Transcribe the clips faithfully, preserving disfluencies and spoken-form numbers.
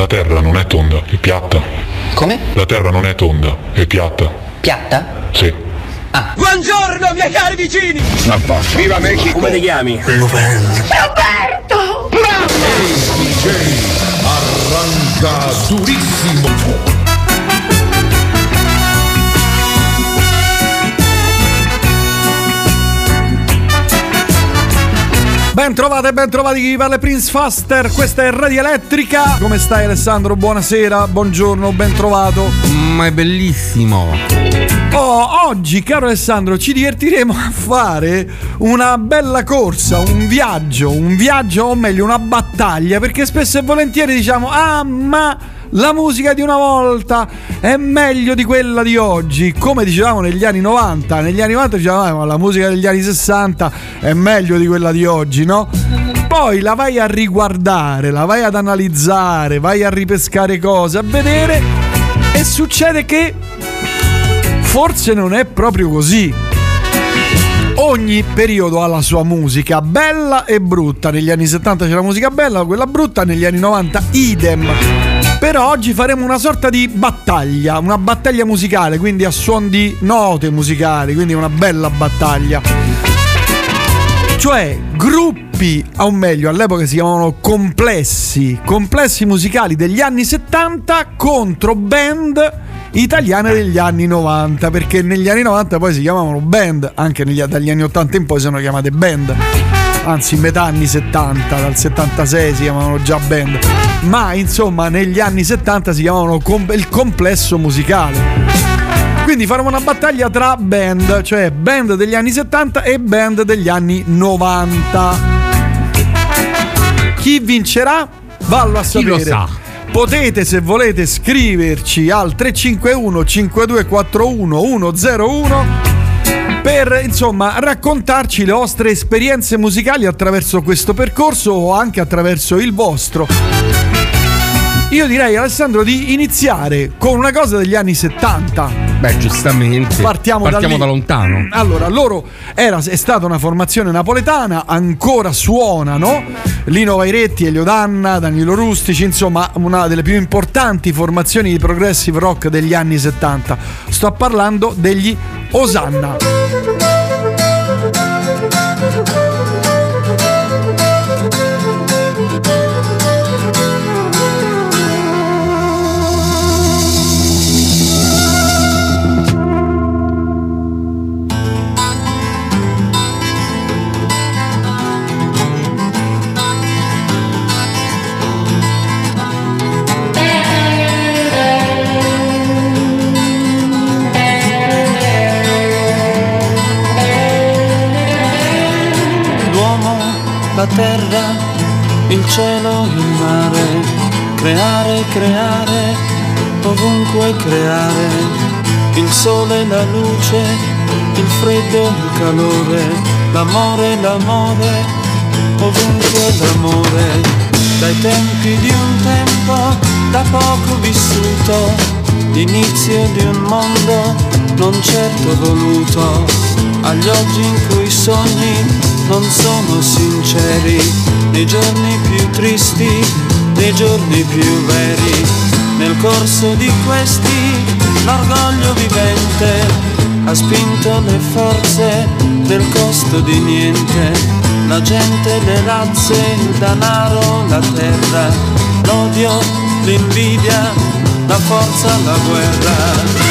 La terra non è tonda, è piatta. Come? La terra non è tonda, è piatta. Piatta? Sì. Ah. Buongiorno miei cari vicini! A posto. Viva Mexico! Come ti chiami? Roberto! Bravo! Ehi D J, arranca durissimo! Ben trovate, ben trovati chi parla, Prince Faster, questa è Radio Elettrica. Come stai Alessandro? Buonasera, buongiorno, ben trovato. Ma è bellissimo. Oh, oggi, caro Alessandro, ci divertiremo a fare una bella corsa, un viaggio, un viaggio o meglio una battaglia, perché spesso e volentieri diciamo ah ma la musica di una volta è meglio di quella di oggi, come dicevamo negli anni novanta. Negli anni novanta dicevamo ah, ma la musica degli anni sessanta è meglio di quella di oggi, no? Poi la vai a riguardare, la vai ad analizzare, vai a ripescare cose, a vedere e succede che forse non è proprio così. Ogni periodo ha la sua musica, bella e brutta. Negli anni settanta c'è la musica bella, quella brutta, negli anni novanta idem. Però oggi faremo una sorta di battaglia, una battaglia musicale, quindi a suon di note musicali, quindi una bella battaglia. Cioè gruppi, o meglio all'epoca si chiamavano complessi, complessi musicali degli anni settanta contro band italiane degli anni novanta, perché negli anni novanta poi si chiamavano band, anche negli, dagli anni ottanta in poi sono chiamate band, anzi metà anni settanta, dal settantasei si chiamavano già band, ma insomma negli anni settanta si chiamavano com- il complesso musicale. Quindi faremo una battaglia tra band, cioè band degli anni settanta e band degli anni novanta. Chi vincerà? Vallo a sapere. Chi lo sa? Potete, se volete, scriverci al tre cinque uno cinque due quattro uno uno zero uno per, insomma, raccontarci le vostre esperienze musicali attraverso questo percorso o anche attraverso il vostro. Io direi, Alessandro, di iniziare con una cosa degli anni settanta. Beh, giustamente. Partiamo, Partiamo da, da lontano. Allora, loro era, è stata una formazione napoletana, ancora suonano. Lino Vairetti, Elio Danna, Danilo Rustici, insomma, una delle più importanti formazioni di progressive rock degli anni settanta. Sto parlando degli Osanna. La terra, il cielo, il mare, creare, creare, ovunque creare, il sole, la luce, il freddo, il calore, l'amore, l'amore, ovunque l'amore, dai tempi di un tempo da poco vissuto, l'inizio di un mondo non certo voluto, agli oggi in cui i sogni non sono sinceri, nei giorni più tristi, nei giorni più veri. Nel corso di questi l'orgoglio vivente ha spinto le forze del costo di niente. La gente, le razze, il denaro, la terra, l'odio, l'invidia, la forza, la guerra.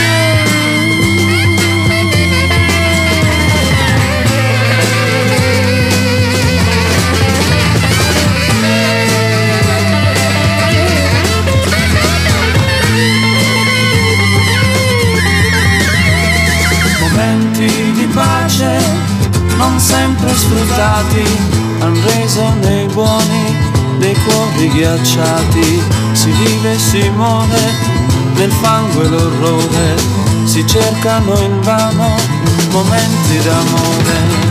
Pace non sempre sfruttati han reso nei buoni dei cuori ghiacciati. Si vive, si muore nel fango e l'orrore, si cercano invano momenti d'amore.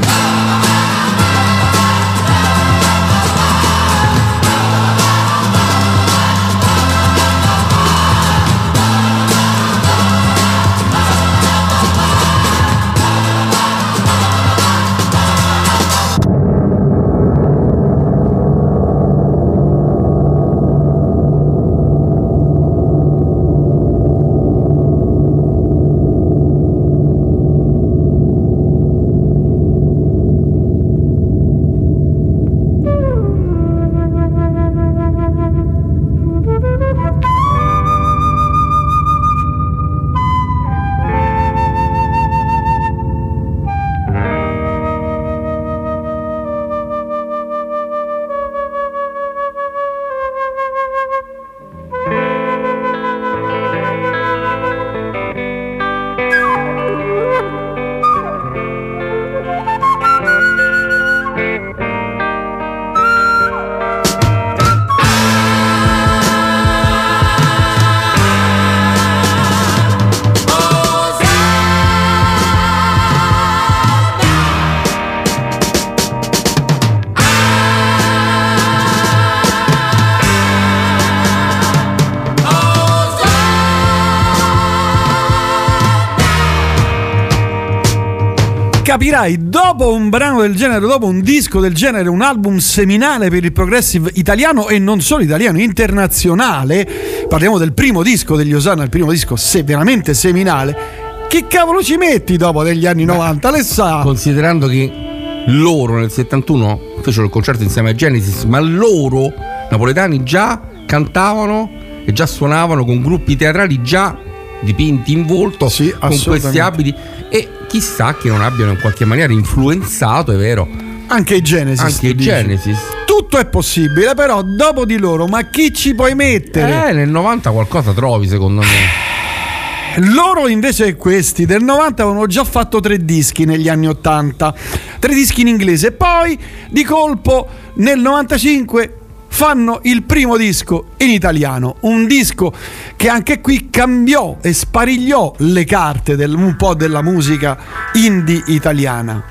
capirai, dopo un brano del genere, dopo un disco del genere, un album seminale per il progressive italiano e non solo italiano, internazionale, parliamo del primo disco degli Osanna, il primo disco se veramente seminale, che cavolo ci metti dopo degli anni novanta? Le sa. Considerando che loro nel settantuno fecero il concerto insieme a Genesis, ma loro napoletani già cantavano e già suonavano con gruppi teatrali già dipinti in volto, sì, con questi abiti, e chissà che non abbiano in qualche maniera influenzato, è vero, anche i Genesis. Anche i Genesis. Tutto è possibile, però dopo di loro, ma chi ci puoi mettere? Eh, nel novanta qualcosa trovi, secondo me. Loro invece questi del novanta avevano già fatto tre dischi negli anni ottanta, tre dischi in inglese, poi di colpo nel novantacinque fanno il primo disco in italiano, un disco che anche qui cambiò e sparigliò le carte del, un po' della musica indie italiana.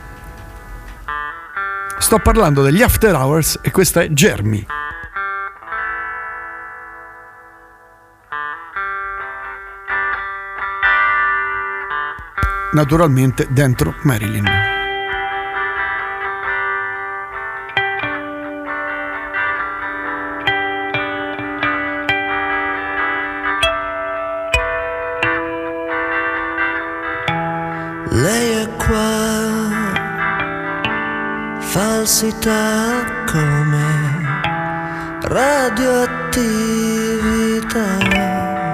Sto parlando degli After Hours e questa è Germi. Naturalmente dentro Marilyn. Lei è qua, falsità come radioattività.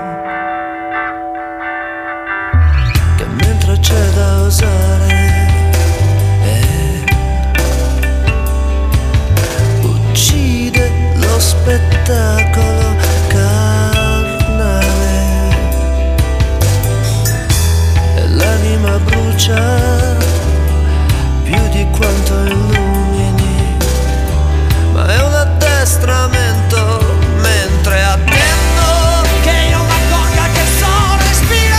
C'è da usare, eh, uccide lo spettacolo carnale e l'anima brucia più di quanto illumini, ma è un addestramento mentre attendo che io mi accorga che so respirare.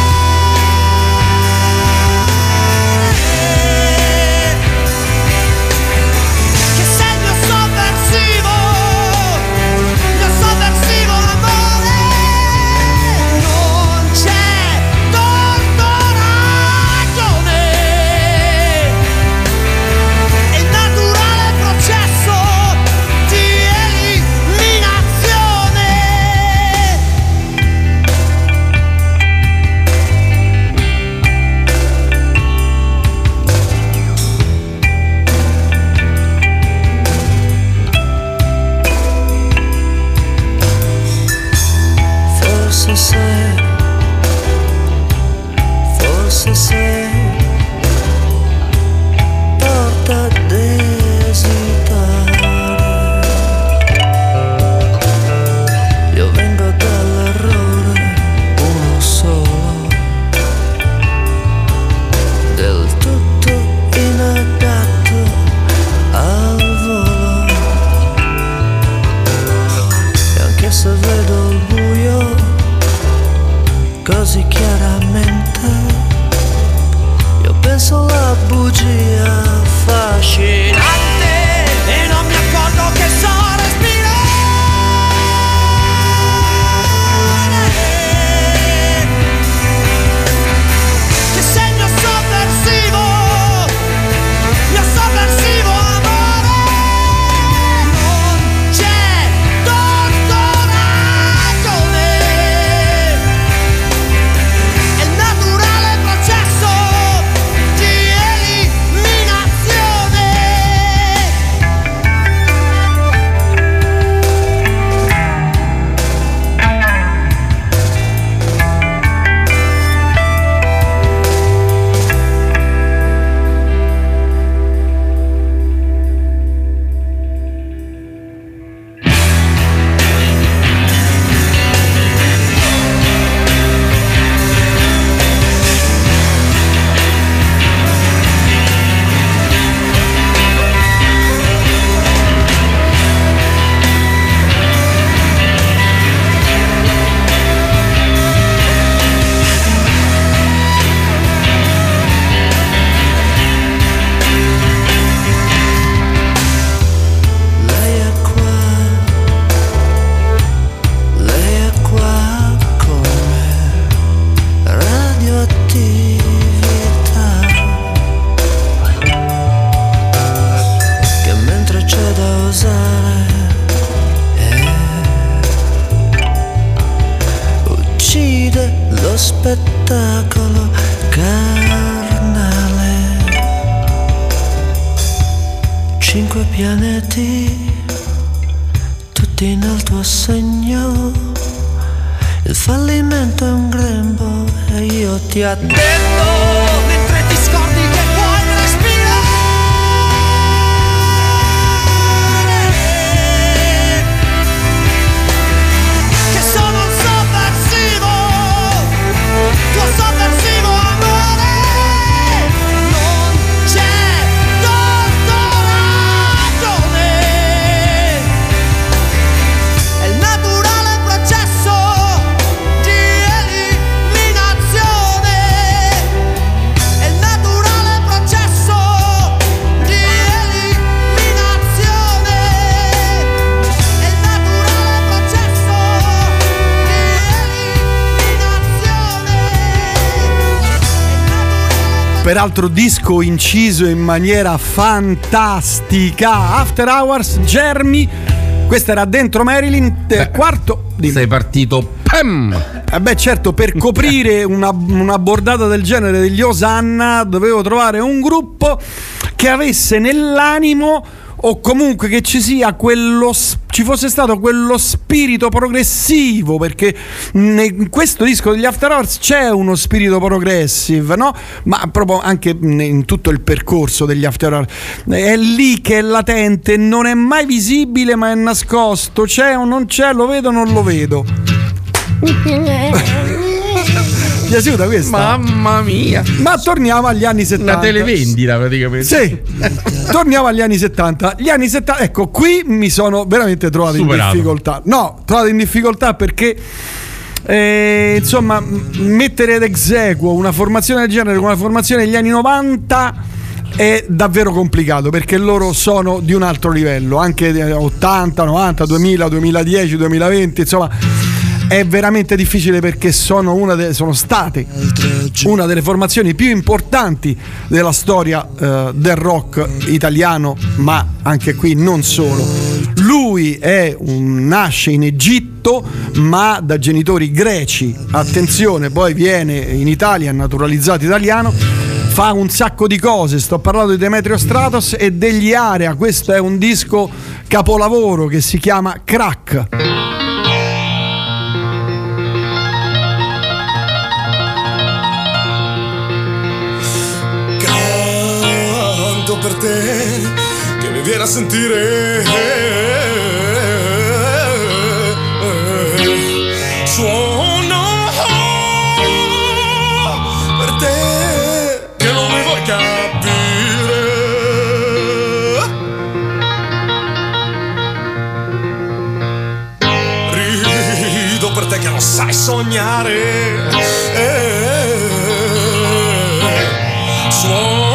Forse se porta ad esitare, io vengo dall'errore uno solo, del tutto inadatto al volo, e anche se vedo il buio così chiaramente, io penso alla bugia affascinante e non mi accorgo che so respirare, che segno sovversivo, mio sovversivo amore, non c'è torto ragione. Processo di eliminazione. spettacolo carnale. Cinque pianeti, tutti nel tuo segno. Il fallimento è un grembo e io ti attendo mentre ti scordi che puoi respirare. Che sono un sovversivo, tuo sovversivo amore. Non c'è torto ragione. È il naturale processo di eliminazione. È il naturale processo di eliminazione. È il naturale processo di eliminazione. Peraltro disco inciso in maniera fantastica. After Hours, Germi. Questa era Dentro Marilyn, eh, quarto. dimmi. Sei partito. Pam! Eh beh, certo, per coprire una, una bordata del genere degli Osanna dovevo trovare un gruppo che avesse nell'animo, o comunque che ci sia quello s- ci fosse stato quello spirito progressivo, perché ne- in questo disco degli After Hours c'è uno spirito progressive, no? Ma proprio anche ne- in tutto il percorso degli After Hours è lì che è latente, non è mai visibile ma è nascosto, c'è o non c'è, lo vedo o non lo vedo. Ti piaciuta questa? Mamma mia! Ma torniamo agli anni settanta. Una televendita praticamente. Sì, torniamo agli anni settanta. Gli anni settanta, ecco, qui mi sono veramente trovato Superato. in difficoltà. No, trovato in difficoltà perché eh, insomma, mettere ad ex equo una formazione del genere con una formazione degli anni novanta è davvero complicato, perché loro sono di un altro livello, anche ottanta, novanta, duemila, duemiladieci, duemilaventi, insomma. È veramente difficile perché sono, una de- sono state una delle formazioni più importanti della storia eh, del rock italiano, ma anche qui non solo. Lui è un, nasce in Egitto ma da genitori greci, attenzione, poi viene in Italia, naturalizzato italiano, fa un sacco di cose, sto parlando di Demetrio Stratos e degli Area. Questo è un disco capolavoro che si chiama Crack. Per te che mi viene a sentire, suono per te che non mi vuoi capire, rido per te che non sai sognare, suono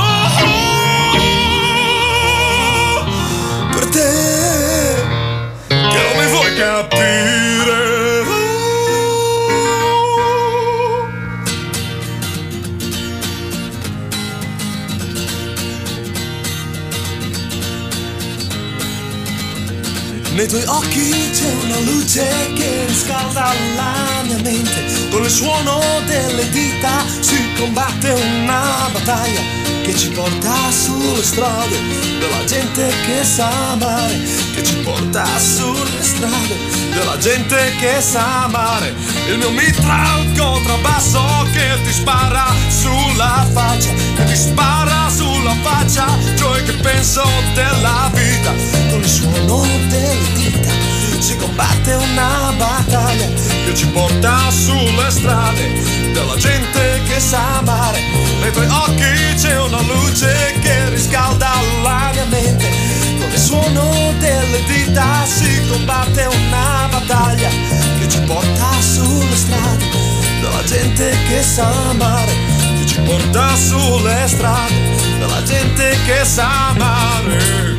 nei tuoi occhi c'è una luce che riscalda la mia mente. Con il suono delle dita si combatte una battaglia che ci porta sulle strade della gente che sa amare, che ci porta sulle strade della gente che sa amare. Il mio mitra, il contrabbasso che ti spara sulla faccia, che ti spara sulla faccia, cioè che penso della vita. Con il suono delle dita si combatte una battaglia che ci porta sulle strade della gente che sa amare. Nei tuoi occhi c'è una luce che riscalda la mia mente. Con il suono delle dita si combatte una battaglia che ci porta sulle strade della gente che sa amare, che ci porta sulle strade della gente che sa amare.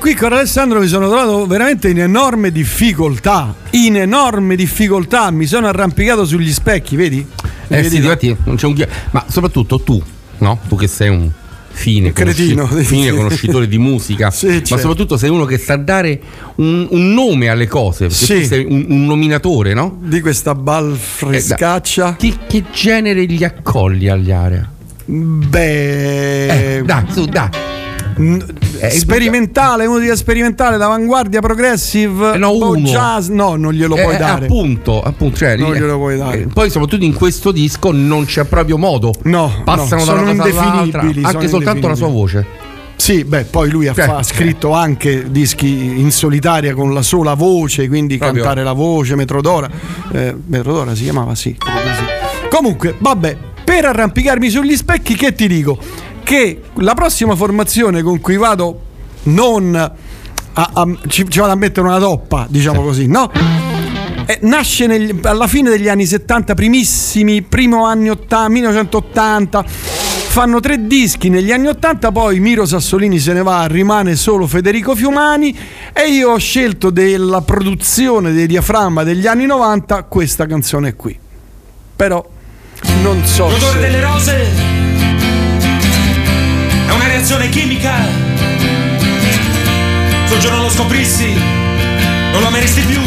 qui con Alessandro mi sono trovato veramente in enorme difficoltà. In enorme difficoltà. Mi sono arrampicato sugli specchi, vedi? Eh vedi sì, infatti non c'è un ghi- ma soprattutto tu, no? Tu che sei un fine, cretino, conosci- fine conoscititore di musica, Sì, ma certo. soprattutto sei uno che sa dare un, un nome alle cose, perché Sì. tu sei un, un nominatore, no? Di questa balfrescaccia. Che, che genere gli accogli agli area? Beh, Eh, dai, su, dai. n- Eh, sperimentale, musica sperimentale, d'avanguardia, progressive, Eh, no, boh, uno. jazz, no, non glielo Eh, puoi eh, dare. Appunto, appunto, cioè, Non eh, glielo puoi dare. eh, poi soprattutto in questo disco non c'è proprio modo. No, passano no, da una sono cosa all'altra, indefinibili, anche sono soltanto la sua voce. Sì, beh, poi lui ha, Cioè, fa- ha scritto anche dischi in solitaria con la sola voce, quindi Proprio. cantare la voce, Metrodora. Eh, Metrodora si chiamava, sì, credo sì. Comunque, vabbè, per arrampicarmi sugli specchi, che ti dico? Che la prossima formazione con cui vado non a, a- ci, ci vado a mettere una toppa, diciamo così, no? Eh, nasce negli- alla fine degli anni settanta, primissimi, primo anni ottanta, millenovecentottanta. Fanno tre dischi negli anni ottanta, poi Miro Sassolini se ne va, rimane solo Federico Fiumani e io ho scelto della produzione dei Diaframma degli anni novanta questa canzone qui. Però non so L'odore se... delle rose è una reazione chimica. Se un giorno lo scoprissi, non lo ameresti più.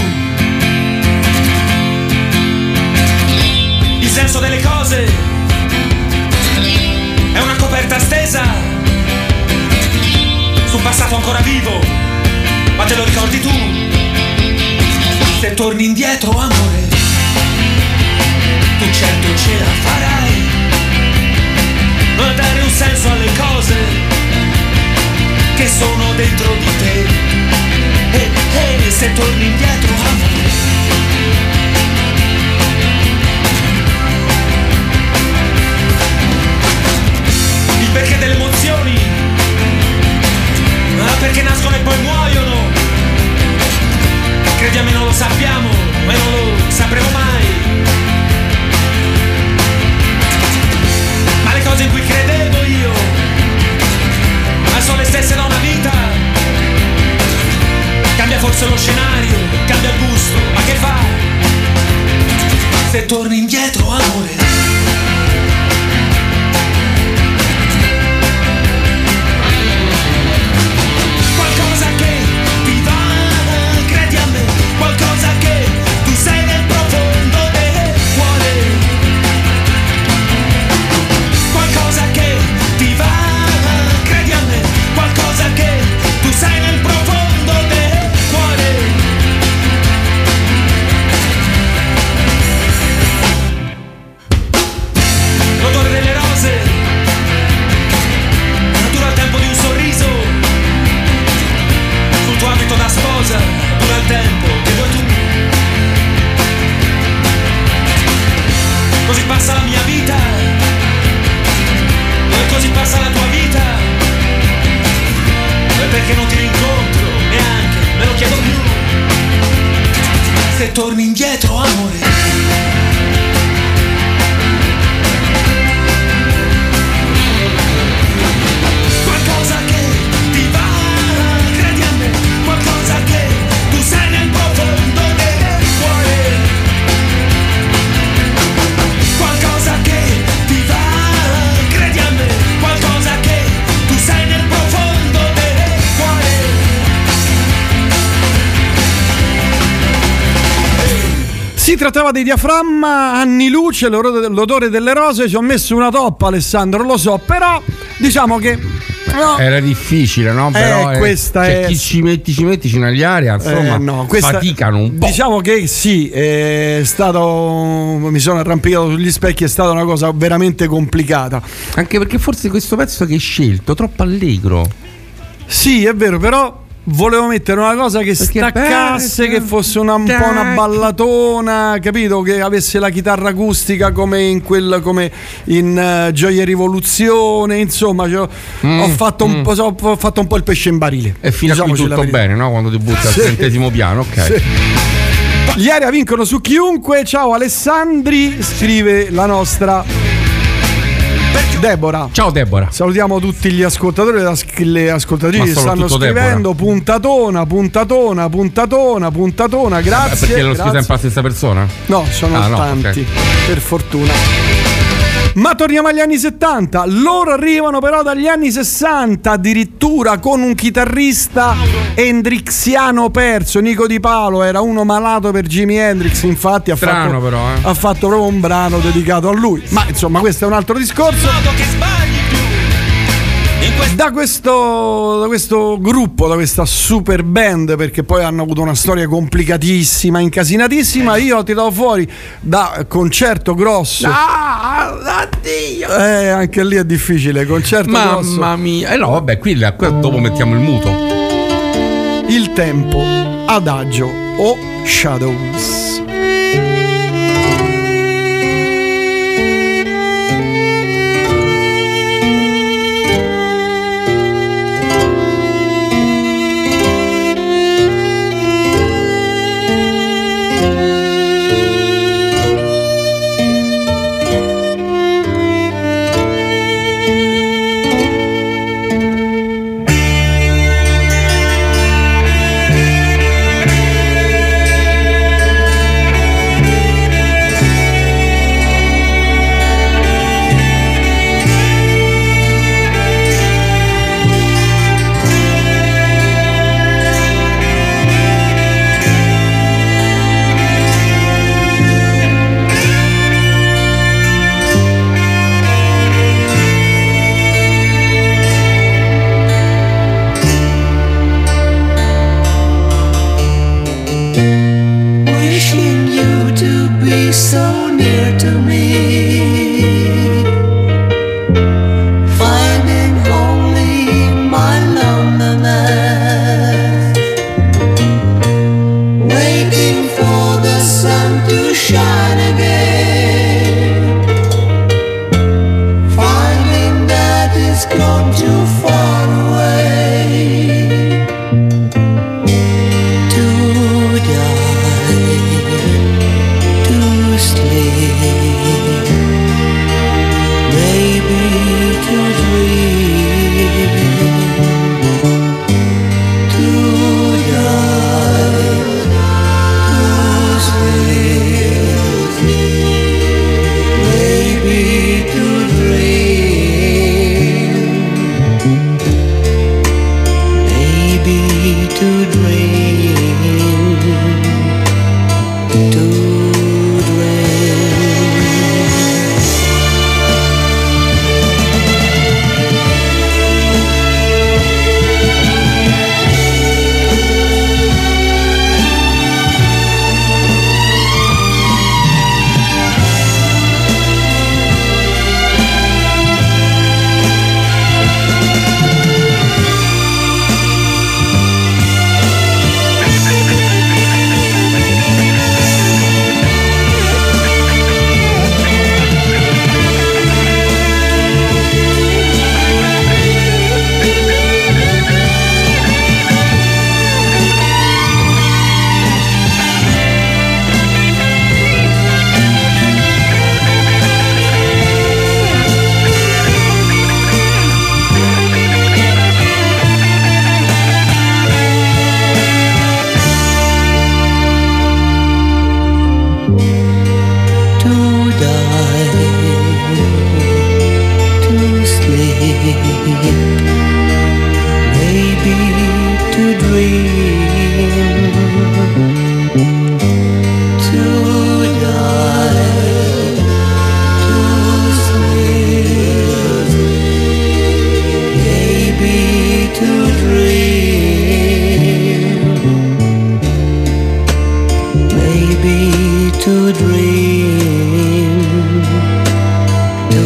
Il senso delle cose è una coperta stesa su un passato ancora vivo, ma te lo ricordi tu? Se torni indietro, amore, tu certo ce la farai. Non dare un senso alle cose che sono dentro di te. E, e se torni indietro, amore, il perché delle emozioni, ma perché nascono e poi muoiono. Crediamo non lo sappiamo, ma non lo sapremo mai. Ma le cose in cui credevo io, ma sono le stesse da una vita. Cambia forse lo scenario, cambia il gusto, ma che fa? Se torni indietro, amore, qualcosa che ti va, credi a me, qualcosa che tu sei nel profondo del cuore, qualcosa che ti va, credi a me, qualcosa che tu sei nel profondo del cuore. L'odore delle rose dura il tempo di un sorriso. Sul tuo abito da sposa dura il tempo che vuoi tu. Così passa la mia vita, e così passa la tua vita. E perché non ti rincontro neanche, me lo chiedo più. Se torni indietro, amore, qualcosa che ti va, credi a me, qualcosa che tu sei nel profondo del cuore, qualcosa che ti va, credi a me, qualcosa che tu sei nel profondo del cuore. Si trattava dei Diaframma, anni luce, l'odore l'odore delle rose. Ci ho messo una toppa, Alessandro, lo so, però diciamo che no, Era difficile, no? Però Eh, eh, questa cioè, è- chi ci metti, ci metti, ci negli area, insomma, eh, no, questa- faticano un po'. Diciamo che sì, è stato, mi sono arrampicato sugli specchi, è stata una cosa veramente complicata. Anche perché forse questo pezzo che hai scelto, troppo allegro. Sì, è vero, però volevo mettere una cosa che Perché staccasse, bello, che fosse una, un po' una dai. ballatona, capito? Che avesse la chitarra acustica come in quel come in eh, Gioia e Rivoluzione, insomma, cioè, Mm, ho fatto un mm. po', so- ho fatto un po' il pesce in barile. E fino a qui Diciamoci la tutto verità. bene, no? Quando ti butti al Sì. trentesimo piano, ok. Sì. Gli Area vincono su chiunque. Ciao Alessandri, scrive la nostra Deborah. Ciao Deborah. Salutiamo tutti gli ascoltatori e le as- le ascoltatrici Ma che stanno soprattutto scrivendo. Puntatona, puntatona, puntatona, puntatona. Grazie. Perché l'ho scritto grazie. sempre la stessa persona? No, sono Ah, no, tanti, ok. per fortuna. Ma torniamo agli anni settanta. Loro arrivano però dagli anni sessanta, addirittura con un chitarrista hendrixiano perso. Nico Di Paolo era uno malato per Jimi Hendrix, infatti ha, Strano fatto, però, eh. ha fatto proprio un brano dedicato a lui. Ma insomma, questo è un altro discorso. Che sbagli più in questo Da questo, da questo gruppo, da questa super band, perché poi hanno avuto una storia complicatissima, incasinatissima, io ho tirato fuori da Concerto Grosso. Ah, addio. Eh, anche lì è difficile. Concerto Grosso. Mamma mia. Eh no, vabbè, qui la- qua dopo mettiamo il muto. Il tempo, Adagio o Shadows. Wishing you to be so near to me, finding only my loneliness, waiting for the sun to shine again, finding that it's gone too far away. To die, to sleep, maybe to dream, to die, to sleep, maybe to dream, maybe to dream, to dream. To die, to sleep, maybe to dream, to die, to sleep, maybe to dream, maybe to dream, to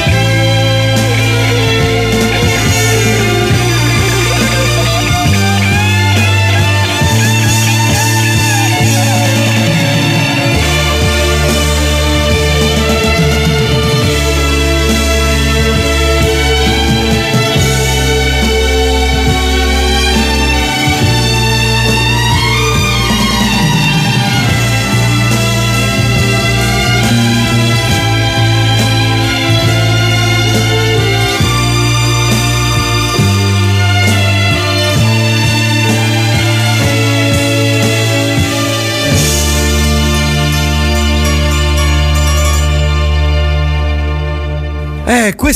dream.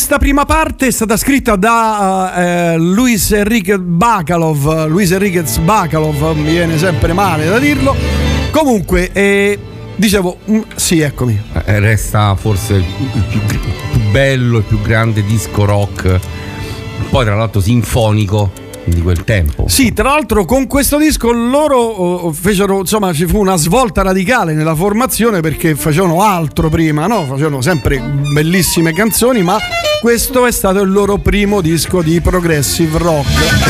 Questa prima parte è stata scritta da eh, Luis Enriquez Bacalov. Luis Enriquez Bacalov, mi viene sempre male da dirlo. Comunque, eh, dicevo, mm, sì, eccomi. Eh, resta forse il più, il più bello, il più grande disco rock, poi tra l'altro sinfonico di quel tempo. Sì, tra l'altro con questo disco loro oh, fecero, insomma, ci fu una svolta radicale nella formazione, perché facevano altro prima, no? Facevano sempre bellissime canzoni, ma questo è stato il loro primo disco di progressive rock.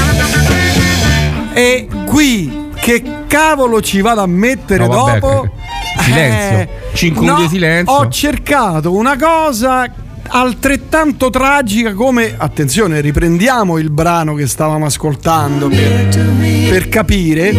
E qui che cavolo ci vado a mettere no, vabbè, dopo? Silenzio, eh, cinque no, minuti di silenzio. Ho cercato una cosa altrettanto tragica come, attenzione, riprendiamo il brano che stavamo ascoltando per, per capire.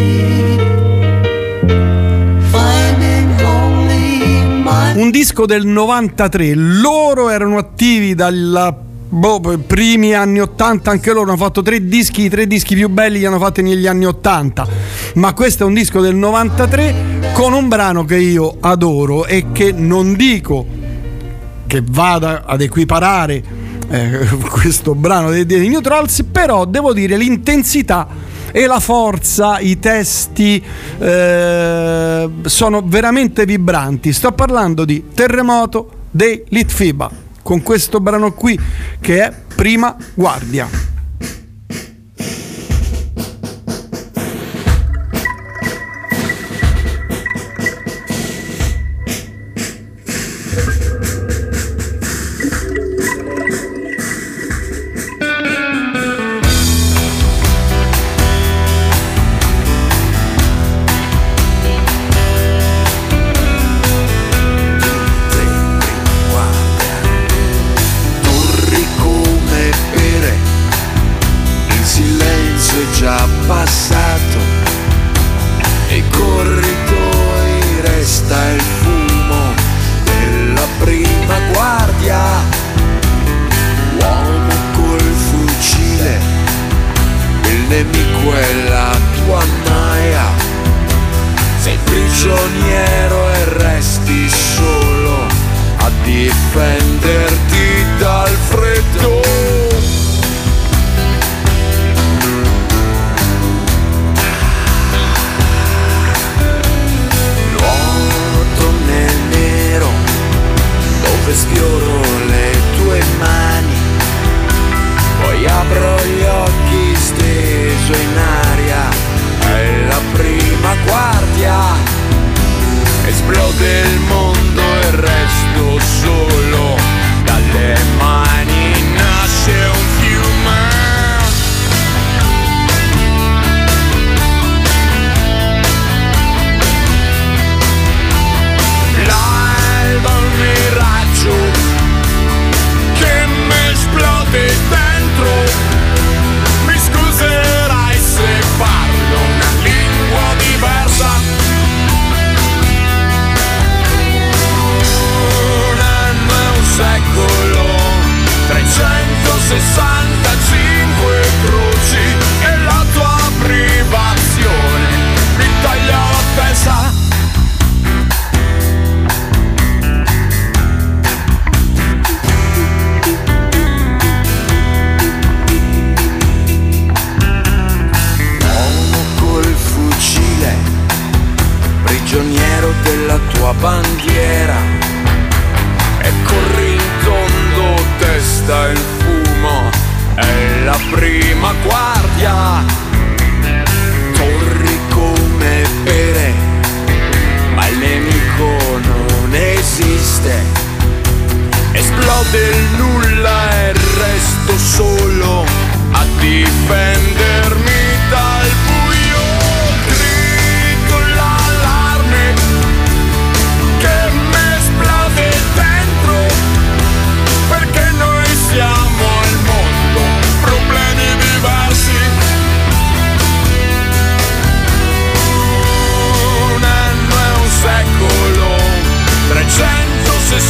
Un disco del novantatré, loro erano attivi dalla boh, primi anni ottanta, anche loro hanno fatto tre dischi, i tre dischi più belli li hanno fatti negli anni ottanta, ma questo è un disco del novantatré con un brano che io adoro e che non dico che vada ad equiparare eh, questo brano dei, dei New Trolls, però devo dire l'intensità e la forza, i testi eh, sono veramente vibranti. Sto parlando di Terremoto dei Litfiba, con questo brano qui che è Prima Guardia.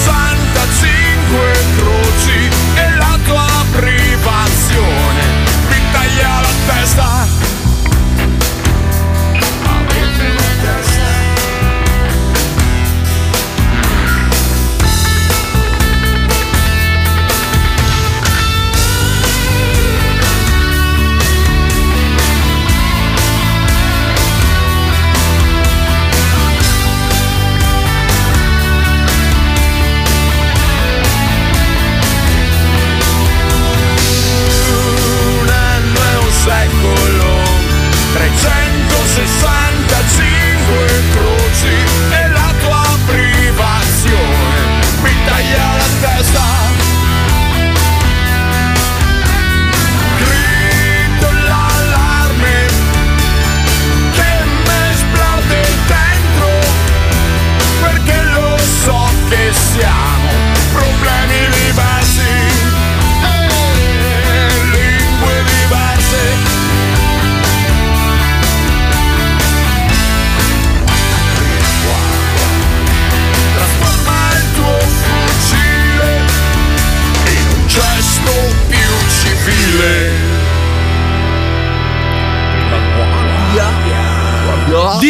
trecentosessantacinque croci e la tua privazione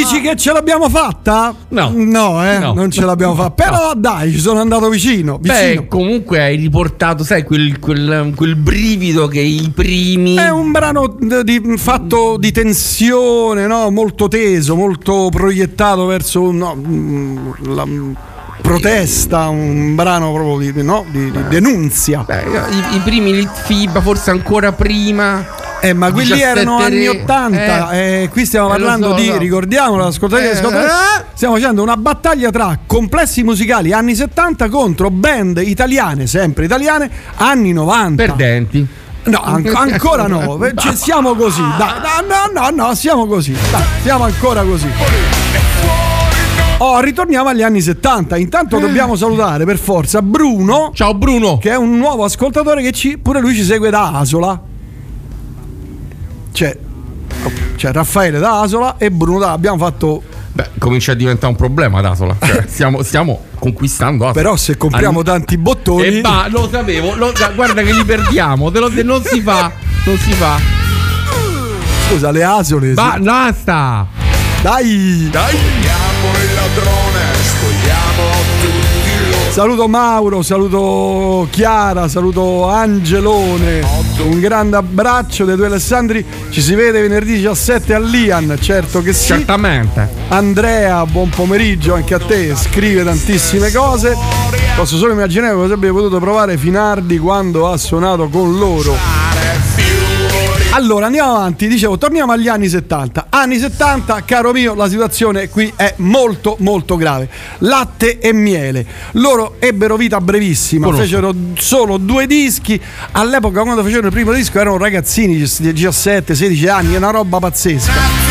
Dici che ce l'abbiamo fatta? No. No, eh, No. non ce l'abbiamo fatta. Però dai, ci sono andato vicino. vicino. Beh, comunque hai riportato, sai, quel, quel, quel brivido che i primi. È un brano di, fatto di tensione, no? Molto teso, molto proiettato verso no, la protesta, un brano proprio di, no? di, di denunzia. Beh, i, i primi Litfiba, forse ancora prima. Eh, ma quelli erano anni diciassette ottanta. eh. Eh, qui stiamo Eh, lo parlando so, di, no. ricordiamolo, ascoltate, Eh, ascoltate, eh. stiamo facendo una battaglia tra complessi musicali anni settanta contro band italiane, sempre italiane, anni novanta. Perdenti. No, an- ancora no, Ci- siamo così. Dai, no, no, no, no, siamo così. Dai, siamo ancora così. Oh, ritorniamo agli anni settanta. Intanto dobbiamo salutare per forza Bruno. Ciao Bruno. Che è un nuovo ascoltatore che ci, pure lui ci segue da Asola. C'è, c'è Raffaele da Asola e Bruno da. Abbiamo fatto. Beh, comincia a diventare un problema ad Asola. Cioè, stiamo, stiamo conquistando Asola. Però se compriamo An- tanti bottoni. E va, lo sapevo. Lo, guarda che li perdiamo. Te lo, non si fa. Non si fa. Scusa, le Asole. Ba- sì. basta. Dai, dai. Spogliamo il ladrone, spogliamo tutti loro. Saluto Mauro, saluto Chiara, saluto Angelone. Un grande abbraccio dei due Alessandri. Ci si vede venerdì diciassette all'Ian, certo che sì. Certamente. Andrea, buon pomeriggio anche a te. Scrive tantissime cose. Posso solo immaginare cosa abbia potuto provare Finardi quando ha suonato con loro. Allora andiamo avanti, dicevo, torniamo agli anni settanta. Anni settanta, caro mio, la situazione qui è molto molto grave. Latte e miele. Loro ebbero vita brevissima, Conosco. fecero solo due dischi. All'epoca quando facevano il primo disco erano ragazzini di diciassette sedici anni, è una roba pazzesca.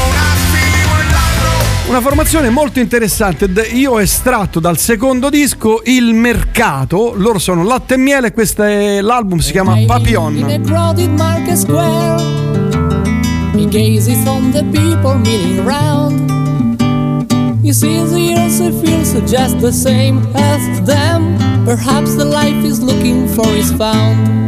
Una formazione molto interessante. Io ho estratto dal secondo disco Il Mercato. Loro sono Latte e Miele e questo è l'album, si chiama In Papillon. a crowded market square, he gazes on the people milling round. He sees the years he feels just the same as them. Perhaps the life is looking for is found.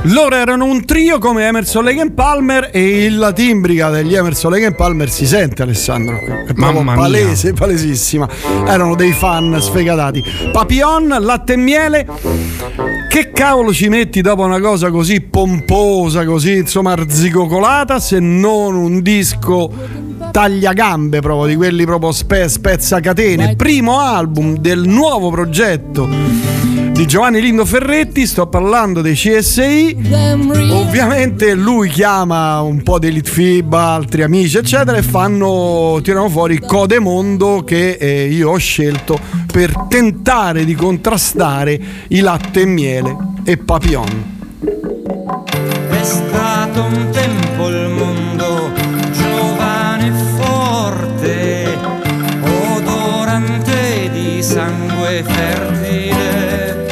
Loro erano un trio come Emerson, Lake and Palmer, e la timbrica degli Emerson, Lake and Palmer si sente, Alessandro, è proprio Mamma palese, palesissima. Erano dei fan sfegatati. Papillon, latte e miele. Che cavolo ci metti dopo una cosa così pomposa, così insomma arzigogolata, se non un disco tagliagambe, proprio di quelli proprio spe- spezzacatene, primo album del nuovo progetto di Giovanni Lindo Ferretti. Sto parlando dei C S I. Ovviamente lui chiama un po' di Litfiba, altri amici eccetera, e fanno tirano fuori Codemondo, che eh, io ho scelto per tentare di contrastare i Latte e Miele e Papillon. È stato un tempo il mondo giovane e forte, odorante di sangue fertile,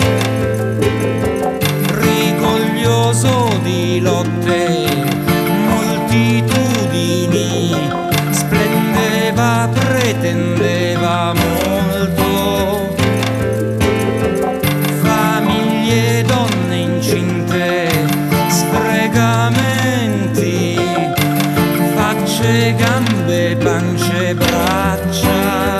rigoglioso di lotte, moltitudini, splendeva, pretendeva molto, famiglie, donne incinte, sfregamenti, facce, gambe, pance, braccia.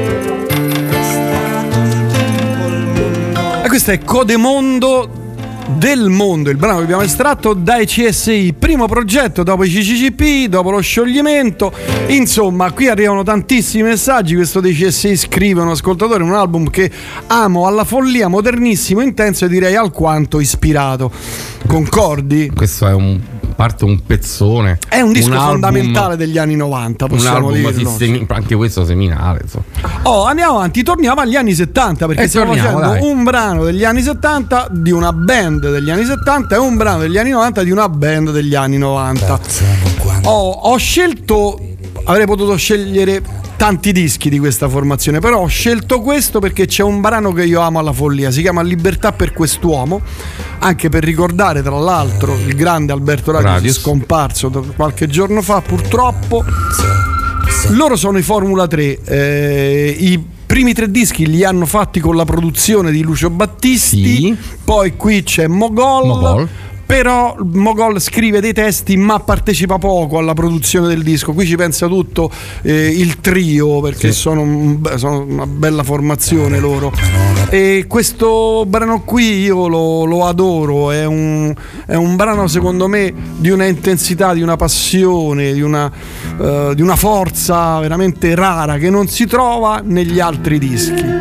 Questo è Codemondo del mondo, il brano che abbiamo estratto dai C S I, primo progetto dopo i C C C P, dopo lo scioglimento. Insomma, qui arrivano tantissimi messaggi. Questo dei C S I scrive un ascoltatore: un album che amo alla follia, modernissimo, intenso e direi alquanto ispirato. Concordi? Questo è un parte un pezzone. È un disco un fondamentale album, degli anni novanta, un possiamo album dirlo. semi, anche questo seminale, insomma. Oh, andiamo avanti, torniamo agli anni settanta, perché E stiamo torniamo, facendo dai. un brano degli anni settanta di una band degli anni settanta e un brano degli anni novanta di una band degli anni novanta. Oh, ho scelto, avrei potuto scegliere tanti dischi di questa formazione, però ho scelto questo perché c'è un brano che io amo alla follia, si chiama Libertà per quest'uomo, anche per ricordare tra l'altro il grande Alberto Radius, Radius. scomparso qualche giorno fa purtroppo. Loro sono i Formula tre, eh, i primi tre dischi li hanno fatti con la produzione di Lucio Battisti, Sì. poi qui c'è Mogol, Mogol. però Mogol scrive dei testi ma partecipa poco alla produzione del disco. Qui ci pensa tutto eh, il trio, perché Sì. sono, un be- sono una bella formazione loro, e questo brano qui io lo, lo adoro. È un, è un brano secondo me di una intensità, di una passione, di una, eh, di una forza veramente rara che non si trova negli altri dischi.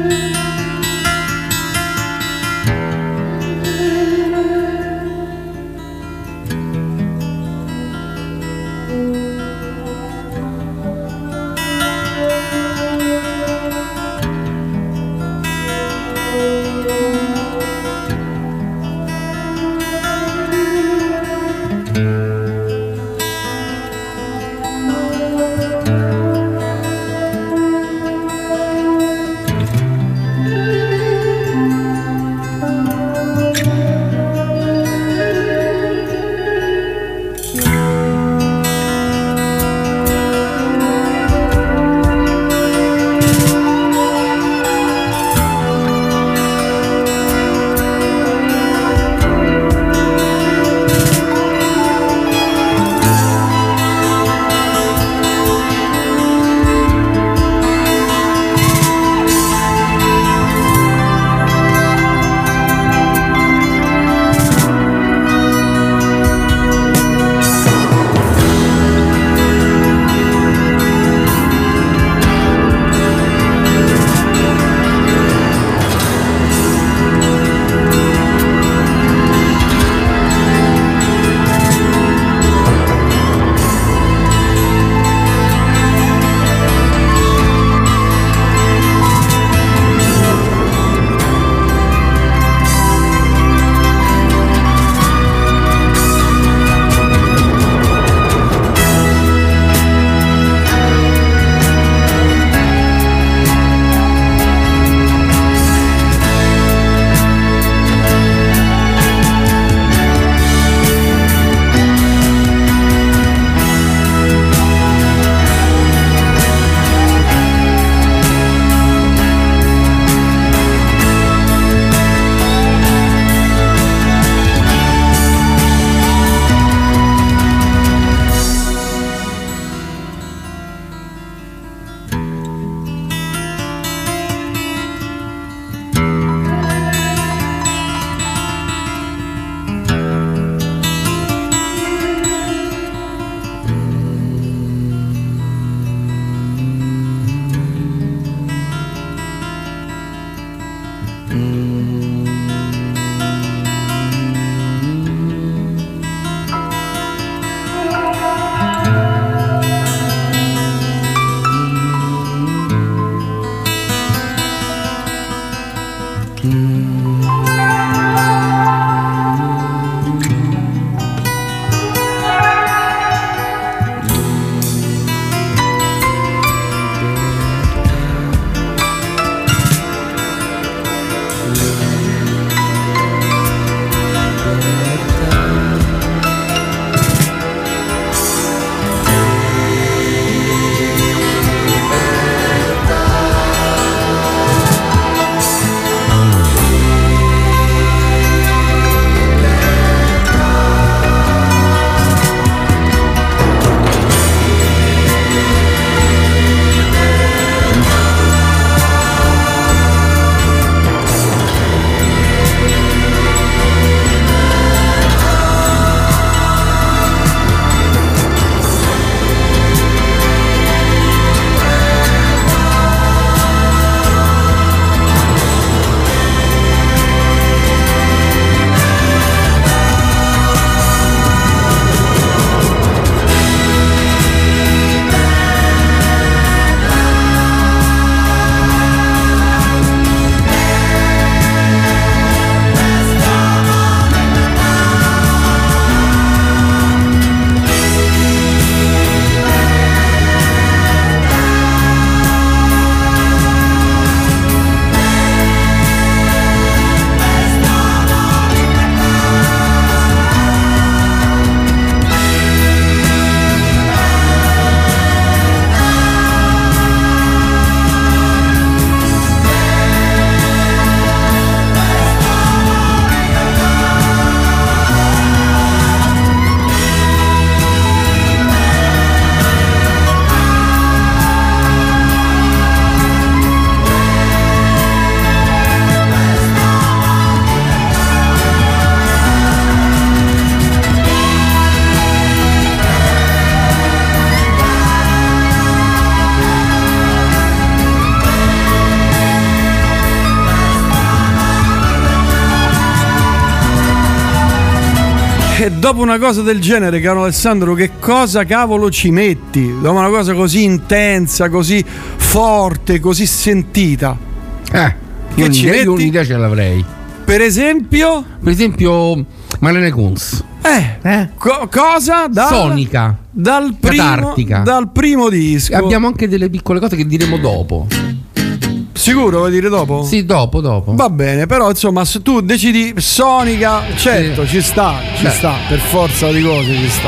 E dopo una cosa del genere, caro Alessandro, che cosa cavolo ci metti? Dopo una cosa così intensa, così forte, così sentita. Eh, Che io ci un'idea, io metti? un'idea ce l'avrei. Per esempio? Per esempio Marlene Kunz. Eh, Eh? co- cosa? Dal, Sonica. Dal primo, Catartica. dal primo disco. Abbiamo anche delle piccole cose che diremo dopo. Sicuro vuoi dire dopo? Sì, dopo, dopo. Va bene, però insomma, se tu decidi Sonica, certo, Sì. ci sta, ci Beh. sta, per forza di cose ci sta.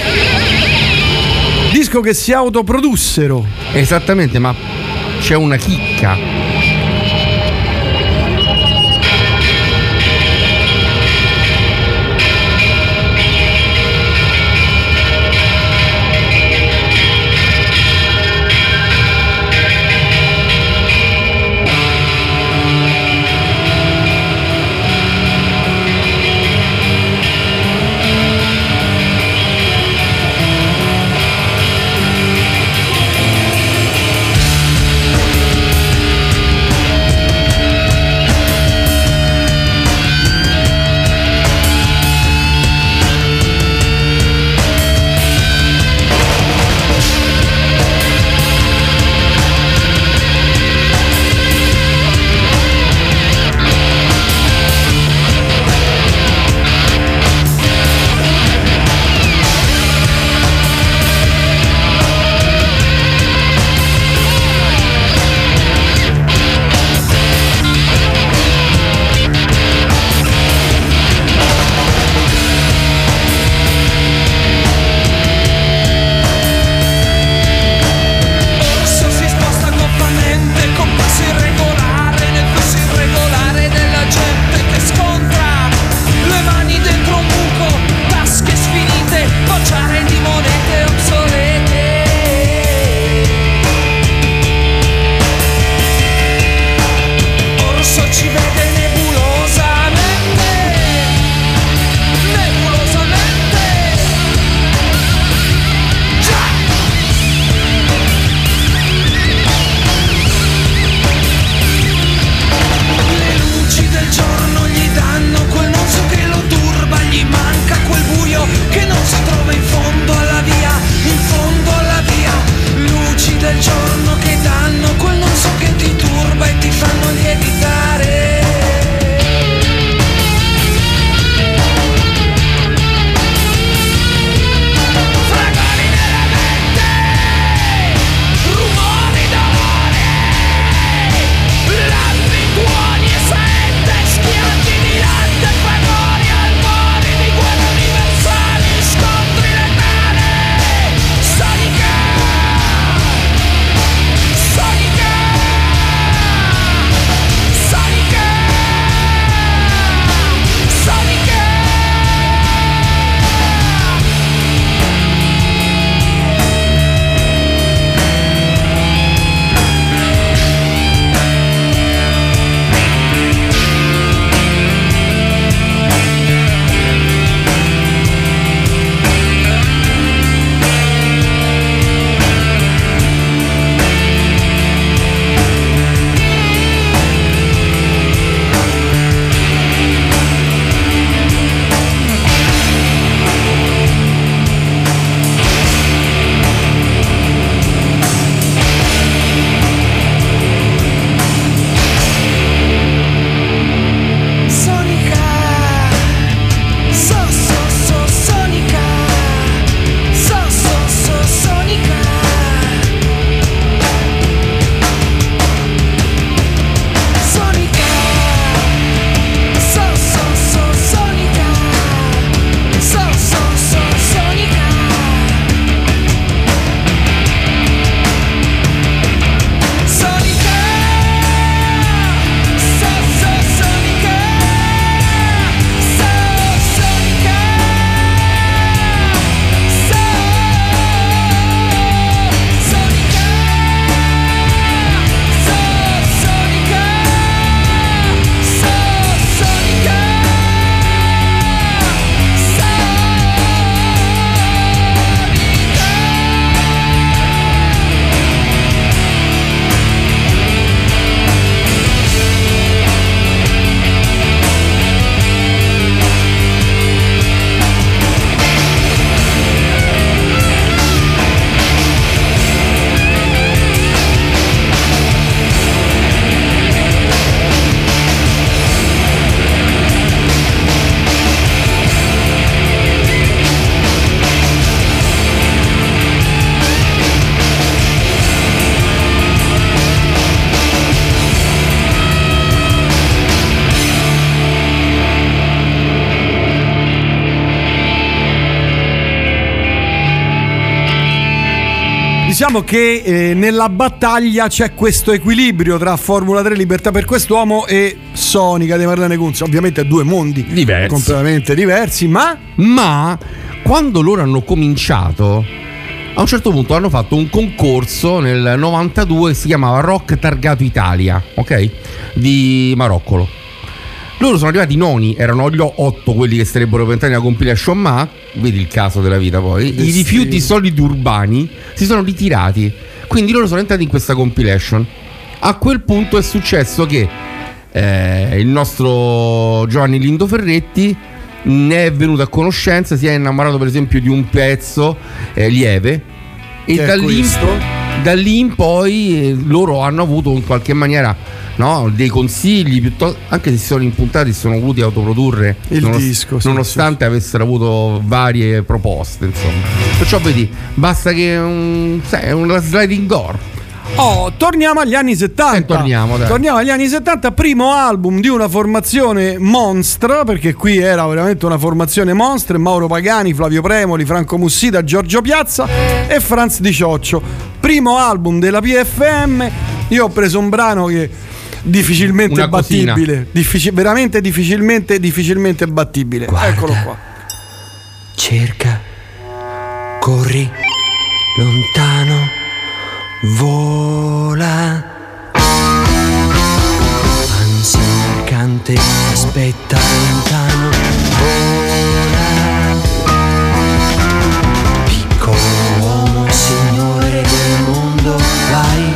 Disco che si autoprodussero. Esattamente, ma c'è una chicca. Diciamo che eh, nella battaglia c'è questo equilibrio tra Formula tre, Libertà per quest'uomo e Sonica di Marlene Kunz. Ovviamente due mondi diversi, completamente diversi, ma ma quando loro hanno cominciato, a un certo punto hanno fatto un concorso nel novantadue che si chiamava Rock Targato Italia, ok? Di Maroccolo. Loro sono arrivati noni, erano gli otto quelli che sarebbero per entrare nella compilation, ma vedi il caso della vita poi, eh i rifiuti sì. solidi urbani si sono ritirati, quindi loro sono entrati in questa compilation. A quel punto è successo che eh, il nostro Giovanni Lindo Ferretti ne è venuto a conoscenza, si è innamorato per esempio di un pezzo eh, Lieve, e che da lì, da lì in poi eh, loro hanno avuto in qualche maniera, no, dei consigli, piuttosto, anche se si sono impuntati, si sono voluti autoprodurre il nonost- disco, sì, nonostante sì. avessero avuto varie proposte, insomma. Perciò vedi, basta che un, sai, una sliding door. Oh, torniamo agli anni settanta. Eh, torniamo, dai. Torniamo agli anni settanta, primo album di una formazione monstra, perché qui era veramente una formazione monstra: Mauro Pagani, Flavio Premoli, Franco Mussida, Giorgio Piazza e Franz Di Cioccio. Primo album della P F M. Io ho preso un brano che difficilmente una battibile, Diffici- veramente difficilmente difficilmente battibile. Guarda, eccolo qua. Cerca, corri, lontano, vola, ansia mercante, aspetta lontano, vola, piccolo uomo, signore del mondo, vai.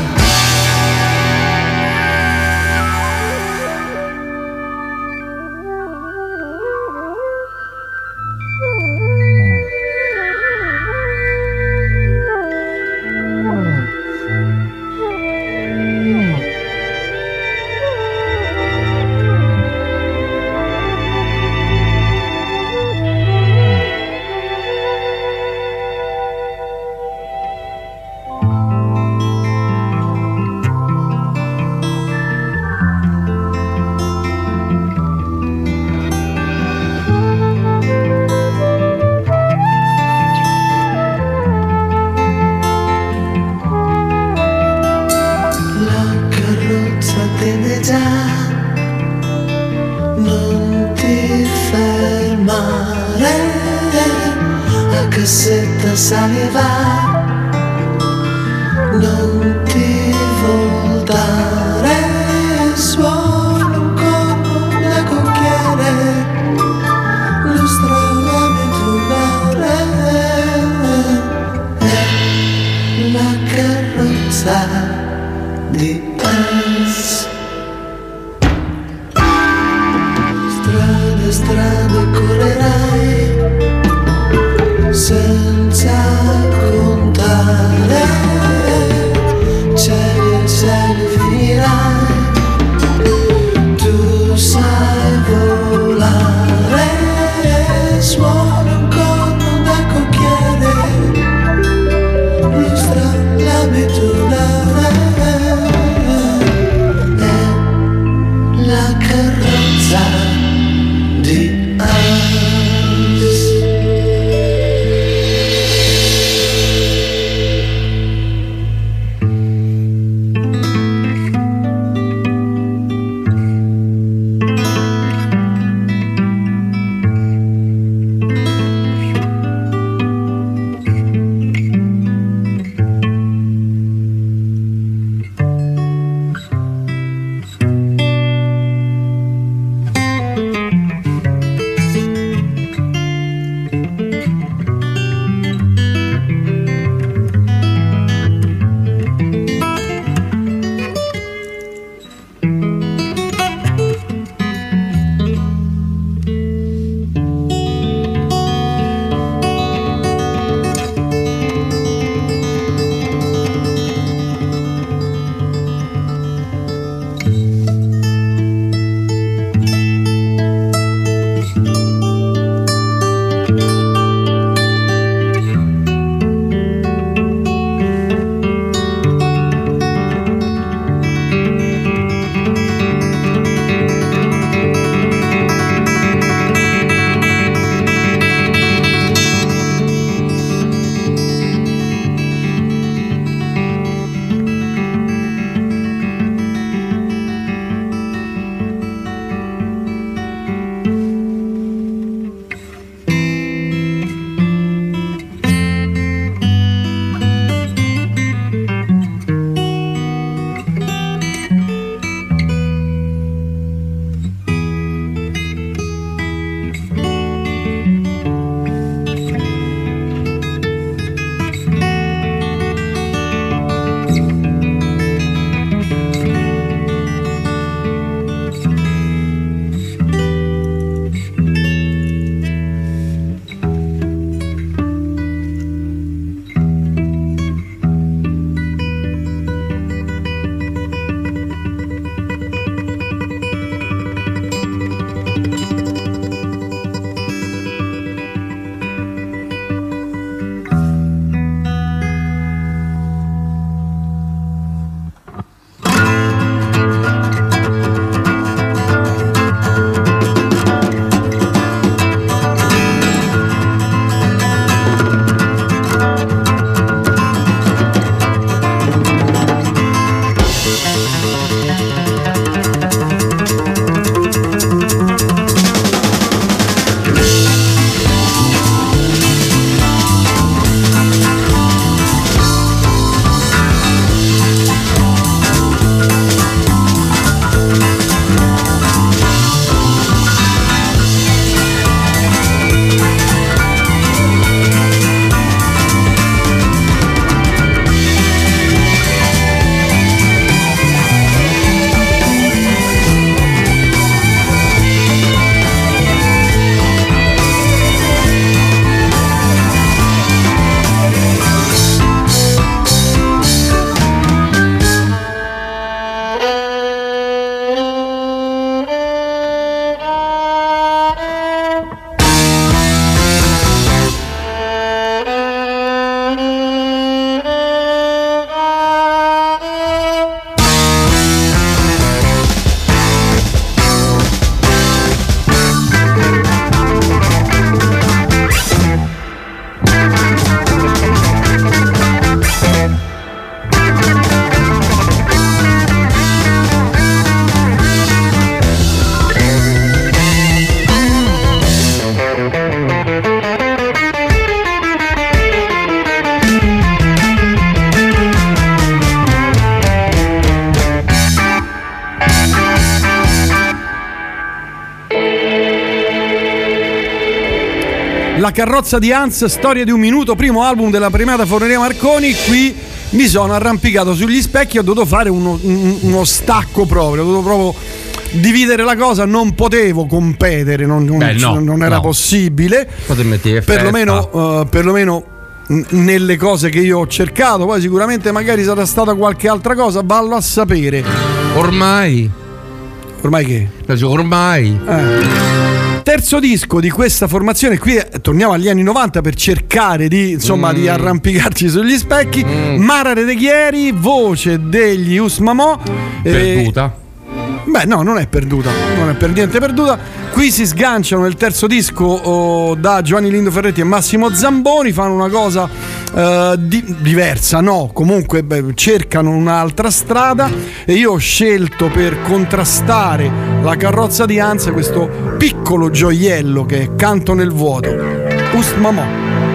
La carrozza di Hans, storia di un minuto, primo album della premiata Forneria Marconi. Qui mi sono arrampicato sugli specchi, ho dovuto fare uno, un, uno stacco proprio, ho dovuto proprio dividere la cosa, non potevo competere, non, non, Beh, no, non era no. possibile, perlomeno, uh, perlomeno nelle cose che io ho cercato. Poi sicuramente magari sarà stata qualche altra cosa, vallo a sapere. Ormai Ormai che? Ormai eh. Terzo disco di questa formazione, qui eh, torniamo agli anni novanta per cercare di, insomma, mm. di arrampicarci sugli specchi. mm. Mara Redeghieri, voce degli Usmamò, perduta. eh, beh no, non è perduta, non è per niente perduta. Qui si sganciano nel terzo disco oh, da Giovanni Lindo Ferretti e Massimo Zamboni, fanno una cosa uh, di, diversa, no, comunque beh, cercano un'altra strada, e io ho scelto per contrastare la carrozza di Hans questo piccolo gioiello che è Canto nel vuoto, Usmamò.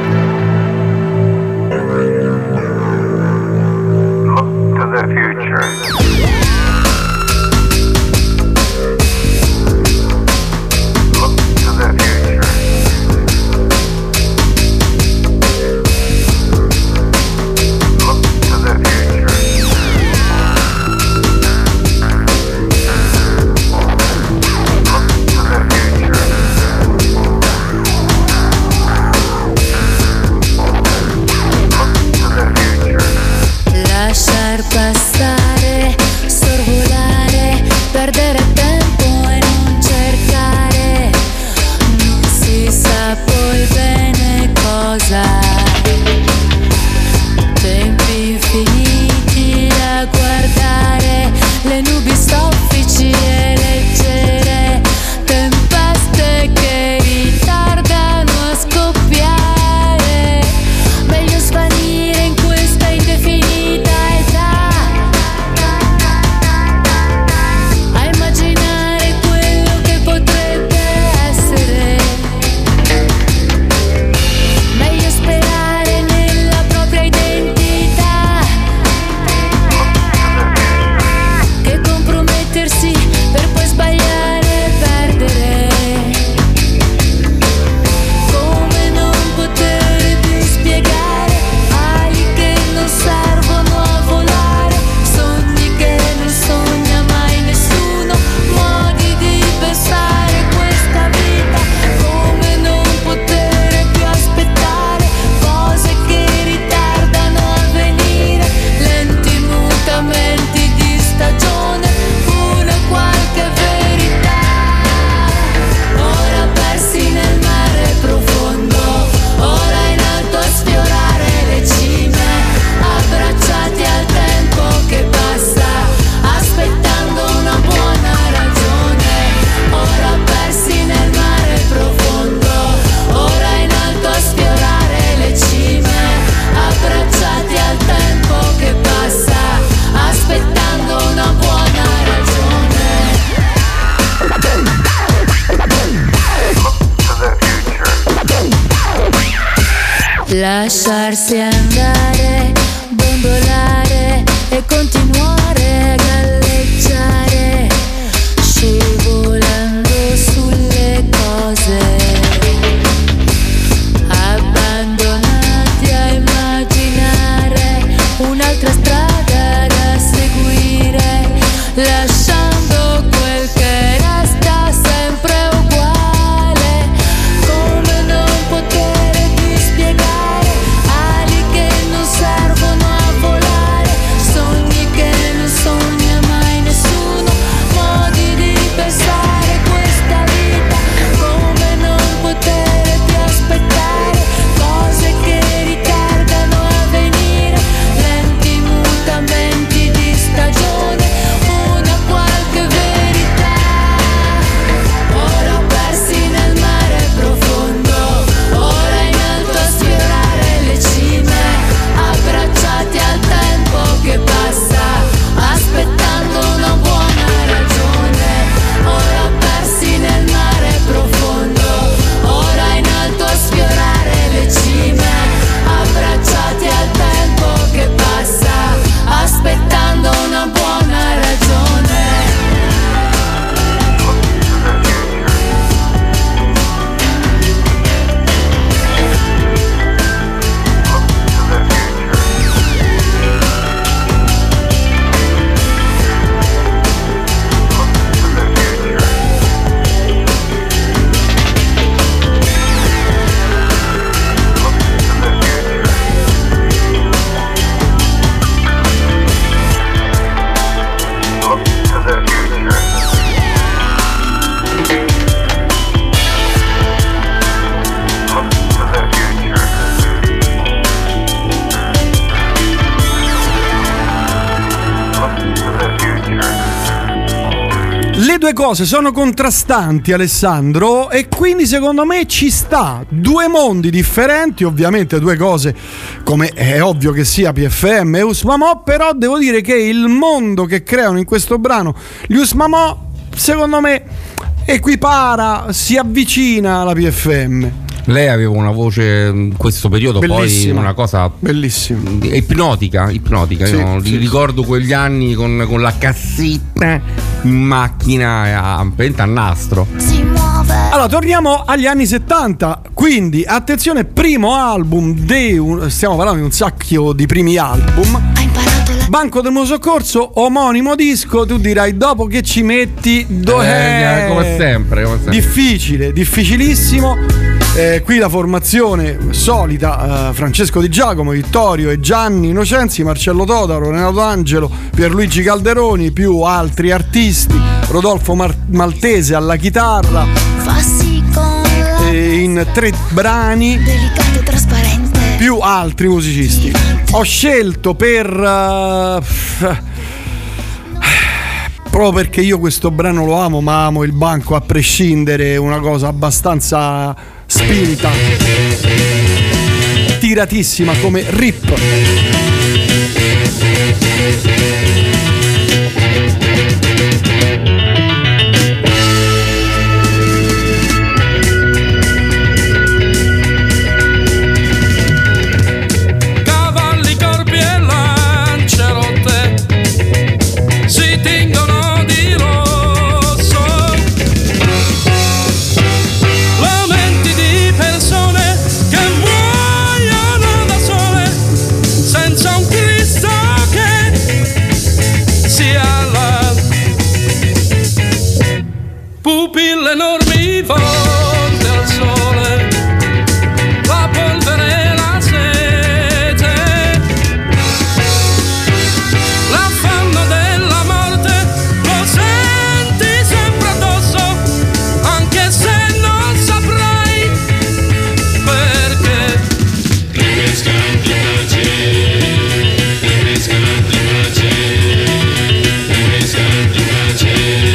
Look to the future. Passare, sorvolare, perdere tempo e non cercare, non si sa poi bene cosa. Tempi infiniti da guardare, le nubi soffici e leggere, tempeste che ritardano a scoppiare. Meglio svanire in questa indefinita lasciarsi andare, dondolare e continuare a galleggiare, scivolando sulle cose, abbandonati a immaginare un'altra strada da seguire, lasciando quel che resta sempre uguale, come non poter più spiegare, ali che non servono a volare, sogni che due cose sono contrastanti, Alessandro, e quindi secondo me ci sta. Due mondi differenti, ovviamente due cose come è ovvio che sia P F M e Usmamò, però devo dire che il mondo che creano in questo brano gli Usmamò, secondo me, equipara, si avvicina alla P F M. Lei aveva una voce in questo periodo bellissima, poi una cosa bellissima, ipnotica, ipnotica. Sì, Io sì, ricordo quegli anni con, con la cassetta in macchina a, a nastro. Allora torniamo agli anni settanta, quindi attenzione, primo album di un, stiamo parlando di un sacco di primi album. Banco del Mutuo Soccorso, omonimo disco. Tu dirai dopo che ci metti dov'è? Eh, come sempre, come sempre. Difficile, difficilissimo. Eh, qui la formazione solita, eh, Francesco Di Giacomo, Vittorio e Gianni Innocenzi, Marcello Totaro, Renato Angelo, Pierluigi Calderoni, più altri artisti, Rodolfo Mar- Maltese alla chitarra, eh, in tre brani, delicato e trasparente, più altri musicisti. Ho scelto per uh, proprio perché io questo brano lo amo, ma amo il banco a prescindere, una cosa abbastanza spinta, tiratissima come Rip. Enormi volte al sole, la polvere e la sete, l'affanno della morte lo senti sempre addosso, anche se non saprai perché. Ripescante pace, ripescante pace, ripescante pace.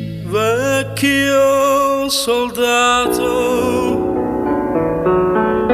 Vecchio soldato,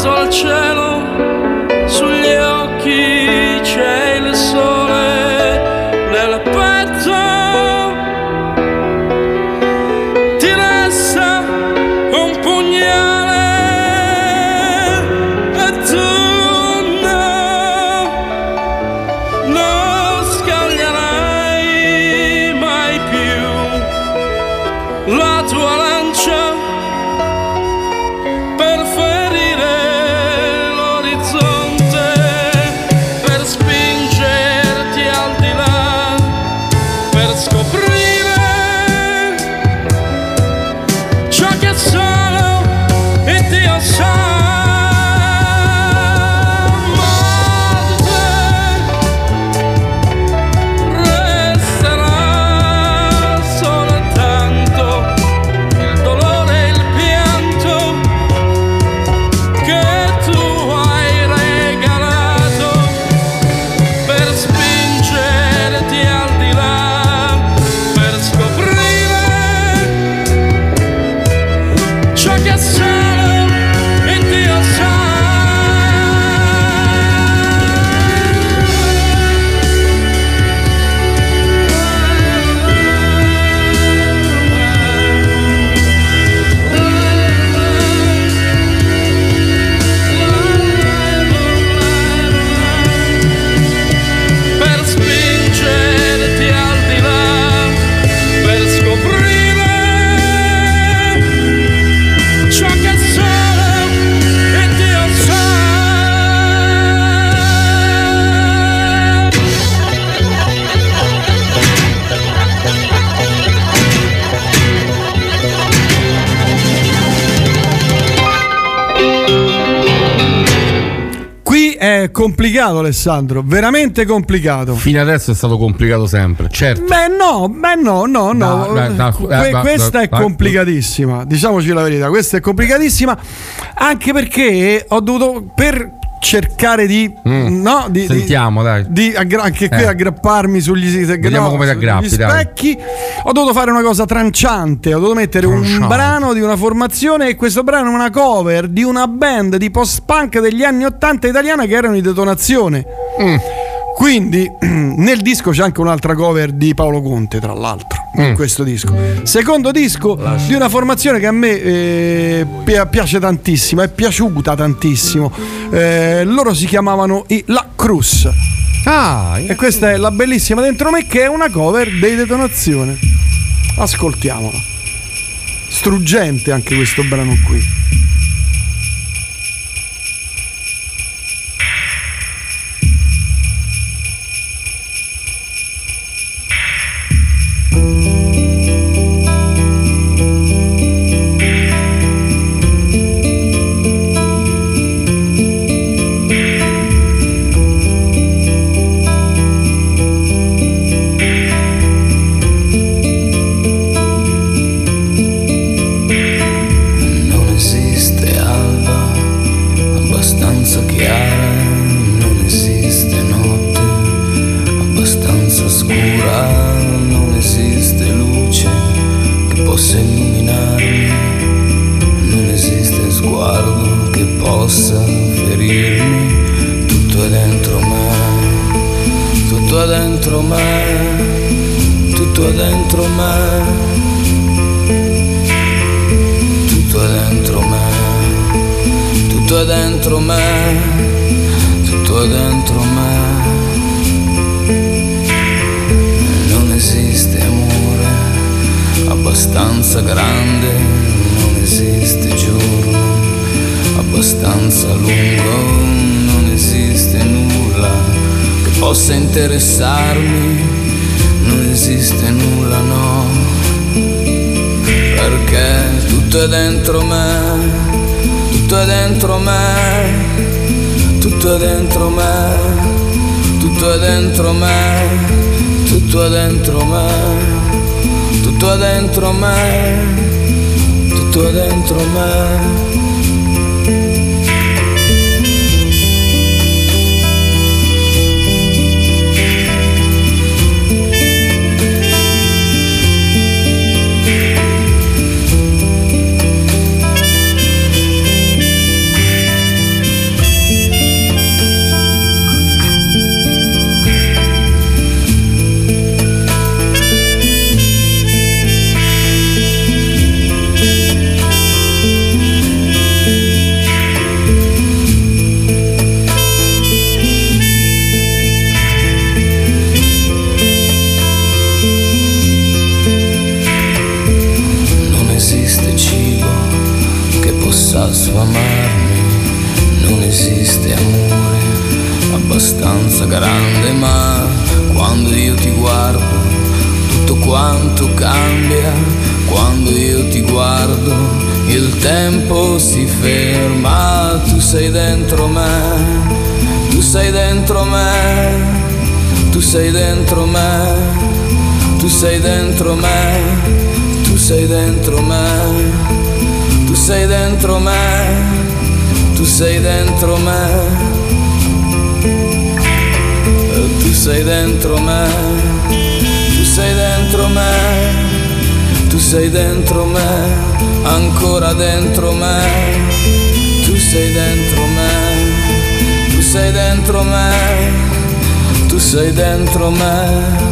mezzo al cielo, sugli occhi c'è il sole, nel petto ti resta un pugnale e tu no, non scaglierai mai più la tua lancia per ferire l'orizzonte, per spingerti al di là, per scoprire ciò che solo il Dio sa. Ma di te resterà soltanto il dolore e il pianto che tu hai regalato per spingerti al di là, per scoprire ciò che solo il Dio sa. Per spingerti al di là, per scoprire ciò che solo il Dio sa. Qui è complicato, Alessandro, veramente complicato. Fino adesso è stato complicato sempre, certo. Beh no, beh no, no, no. No, no, no, Que- eh, va- questa va- è va- complicatissima, diciamoci la verità, questa è complicatissima anche perché ho dovuto, per cercare di, Mm. no, di, Sentiamo, di, dai. di aggra- anche qui Eh. aggrapparmi sugli, Vediamo come ti aggrappi, sugli dai. specchi. Ho dovuto fare una cosa tranciante, ho dovuto mettere un Tranciante. brano di una formazione, e questo brano è una cover di una band di post-punk degli anni ottanta italiana che erano i Detonazione. Mm. Quindi nel disco c'è anche un'altra cover di Paolo Conte, tra l'altro, in Mm. questo disco. Secondo disco di una formazione che a me eh, pi- piace tantissimo, è piaciuta tantissimo. Eh, loro si chiamavano i La Cruz. Ah, E questa è La Bellissima Dentro Me, che è una cover dei Detonazione. Ascoltiamola. Struggente anche questo brano qui. Non esiste alba abbastanza chiara, non esiste notte abbastanza scura, non esiste luce che possa illuminarmi, non esiste sguardo che possa ferirmi. Tutto è dentro me, tutto è dentro me, tutto è dentro me. Tutto è dentro me, tutto è dentro me, tutto è dentro me. Non esiste amore abbastanza grande, non esiste giorno abbastanza lungo, non esiste nulla che possa interessarmi, non esiste nulla, no. Perché tutto è dentro me, tutto è dentro me, tutto è dentro me, tutto è dentro me, tutto è dentro me, tutto è dentro me, tutto è dentro me. abbastanza grande, ma quando io ti guardo tutto quanto cambia. Quando io ti guardo il tempo si ferma. Tu sei dentro me, tu sei dentro me, tu sei dentro me, tu sei dentro me, tu sei dentro me, tu sei dentro me, tu sei dentro me. Tu sei dentro me, tu sei dentro me, tu sei dentro me, ancora dentro me. Tu sei dentro me, tu sei dentro me, tu sei dentro me.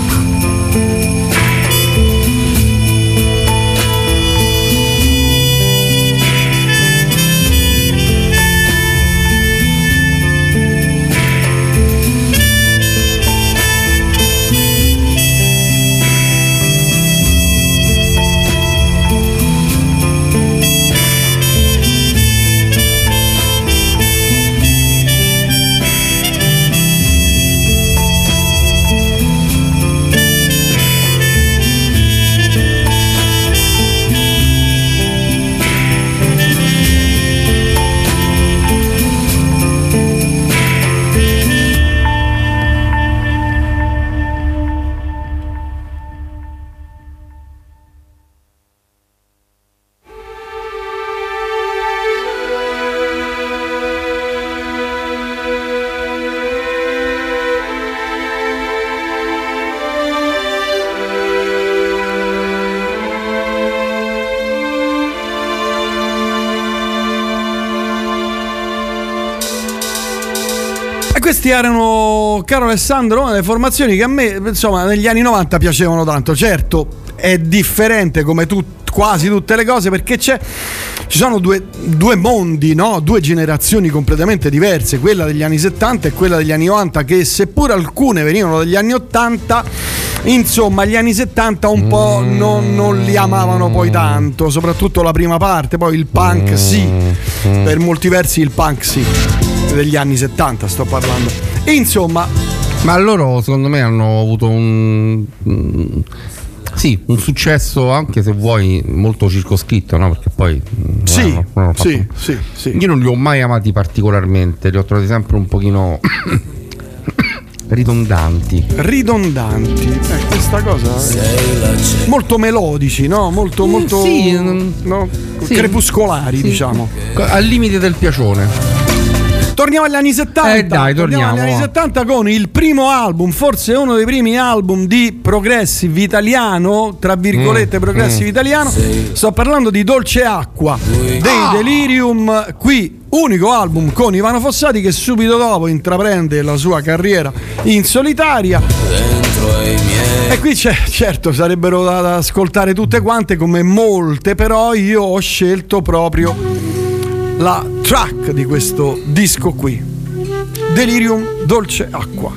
Questi erano, caro Alessandro, una delle formazioni che a me, insomma, negli anni novanta piacevano tanto. Certo, è differente come tu, quasi tutte le cose, perché c'è, ci sono due, due mondi, no? Due generazioni completamente diverse, quella degli anni settanta e quella degli anni novanta, che seppur alcune venivano dagli anni ottanta, insomma gli anni settanta un po' non, non li amavano poi tanto, soprattutto la prima parte. Poi il punk sì, per molti versi il punk sì, degli anni settanta sto parlando. E insomma, ma loro secondo me hanno avuto un mm, sì, un successo, anche se vuoi molto circoscritto, no? Perché poi sì, non hanno, non hanno fatto... sì, sì, sì. Io non li ho mai amati particolarmente, li ho trovati sempre un pochino ridondanti. Ridondanti, eh, questa cosa è molto melodici, no? Molto, molto sì, no? Sì. crepuscolari, sì, diciamo. Al limite del piacione. Torniamo agli anni settanta. Eh dai, torniamo. torniamo agli anni settanta con il primo album, forse uno dei primi album di progressive italiano, tra virgolette, mm, progressive mm. italiano. Sto parlando di Dolce Acqua dei ah. Delirium, qui unico album con Ivano Fossati, che subito dopo intraprende la sua carriera in solitaria. E qui c'è, certo, sarebbero da, da ascoltare tutte quante, come molte, però io ho scelto proprio la track di questo disco qui, Delirium Dolce Acqua.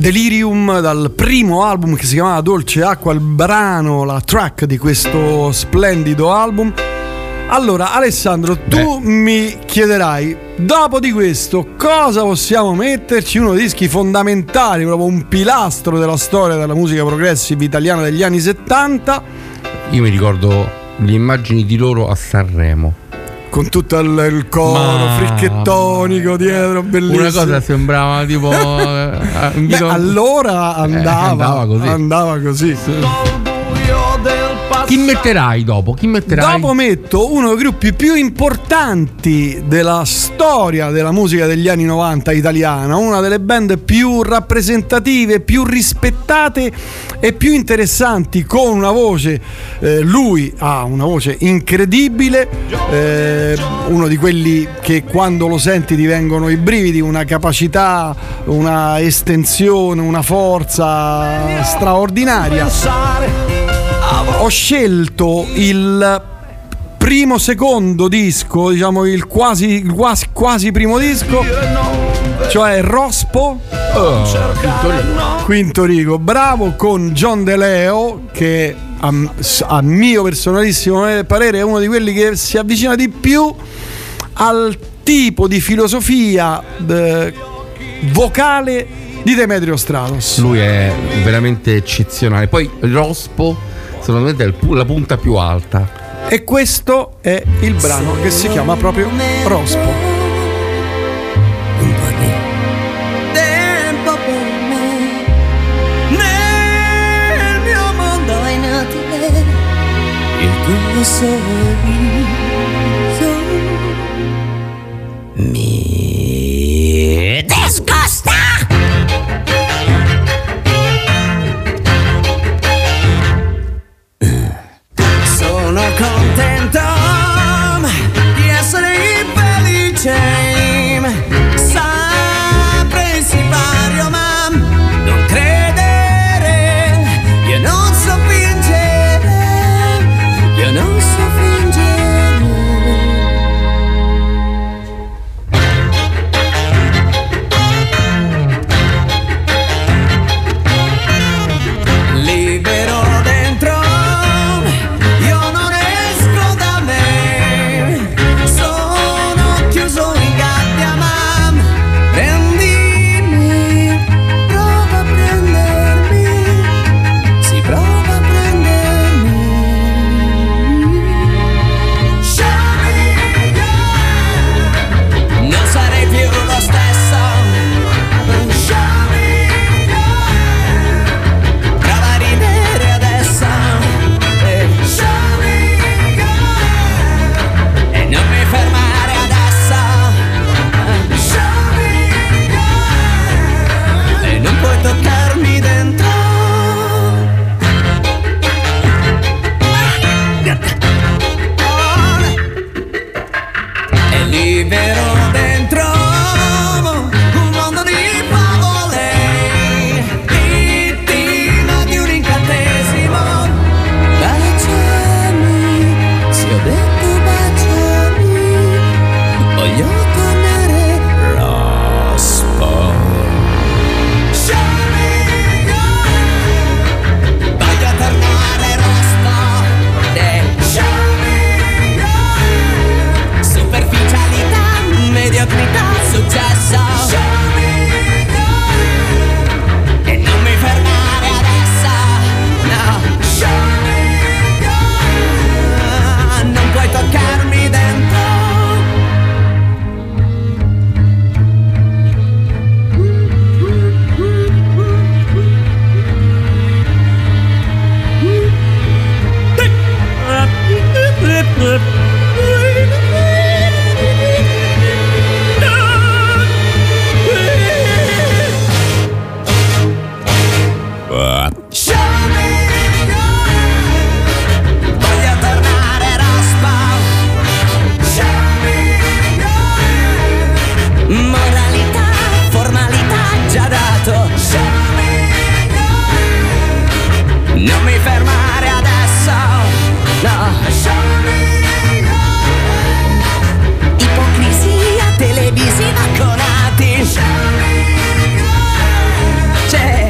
Delirium, dal primo album che si chiamava Dolce Acqua, il brano, la track di questo splendido album. Allora Alessandro, tu Beh. mi chiederai, dopo di questo cosa possiamo metterci? Uno dei dischi fondamentali, proprio un pilastro della storia della musica progressive italiana degli anni settanta. Io mi ricordo le immagini di loro a Sanremo, con tutto il, il coro Ma... fricchettonico dietro, bellissimo. Una cosa sembrava tipo eh, Beh, allora andava, eh, andava così, andava così. Sì. Chi metterai dopo? Chi metterai? Dopo metto uno dei gruppi più importanti della storia della musica degli anni novanta italiana, una delle band più rappresentative, più rispettate e più interessanti, con una voce, eh, lui ha una voce incredibile, eh, uno di quelli che quando lo senti ti vengono i brividi, una capacità, una estensione, una forza straordinaria. Ho scelto il primo secondo disco, diciamo il quasi, il quasi, quasi primo disco, cioè Rospo, oh, Quinto Rico. Quinto Rico, bravo, con John De Leo, che a, a mio personalissimo parere è uno di quelli che si avvicina di più al tipo di filosofia eh, vocale di Demetrio Stratos. Lui è veramente eccezionale. Poi Rospo secondo me è la punta più alta. E questo è il brano che si chiama proprio Rospo. Un po' di tempo per me nel mio mondo è inutile il tuo sorriso mi discosta. Sono contento di essere felice, sempre in sipario, ma non credere, io non so fingere, io non so fingere. Libero dentro, ipocrisia televisiva con atti. C'è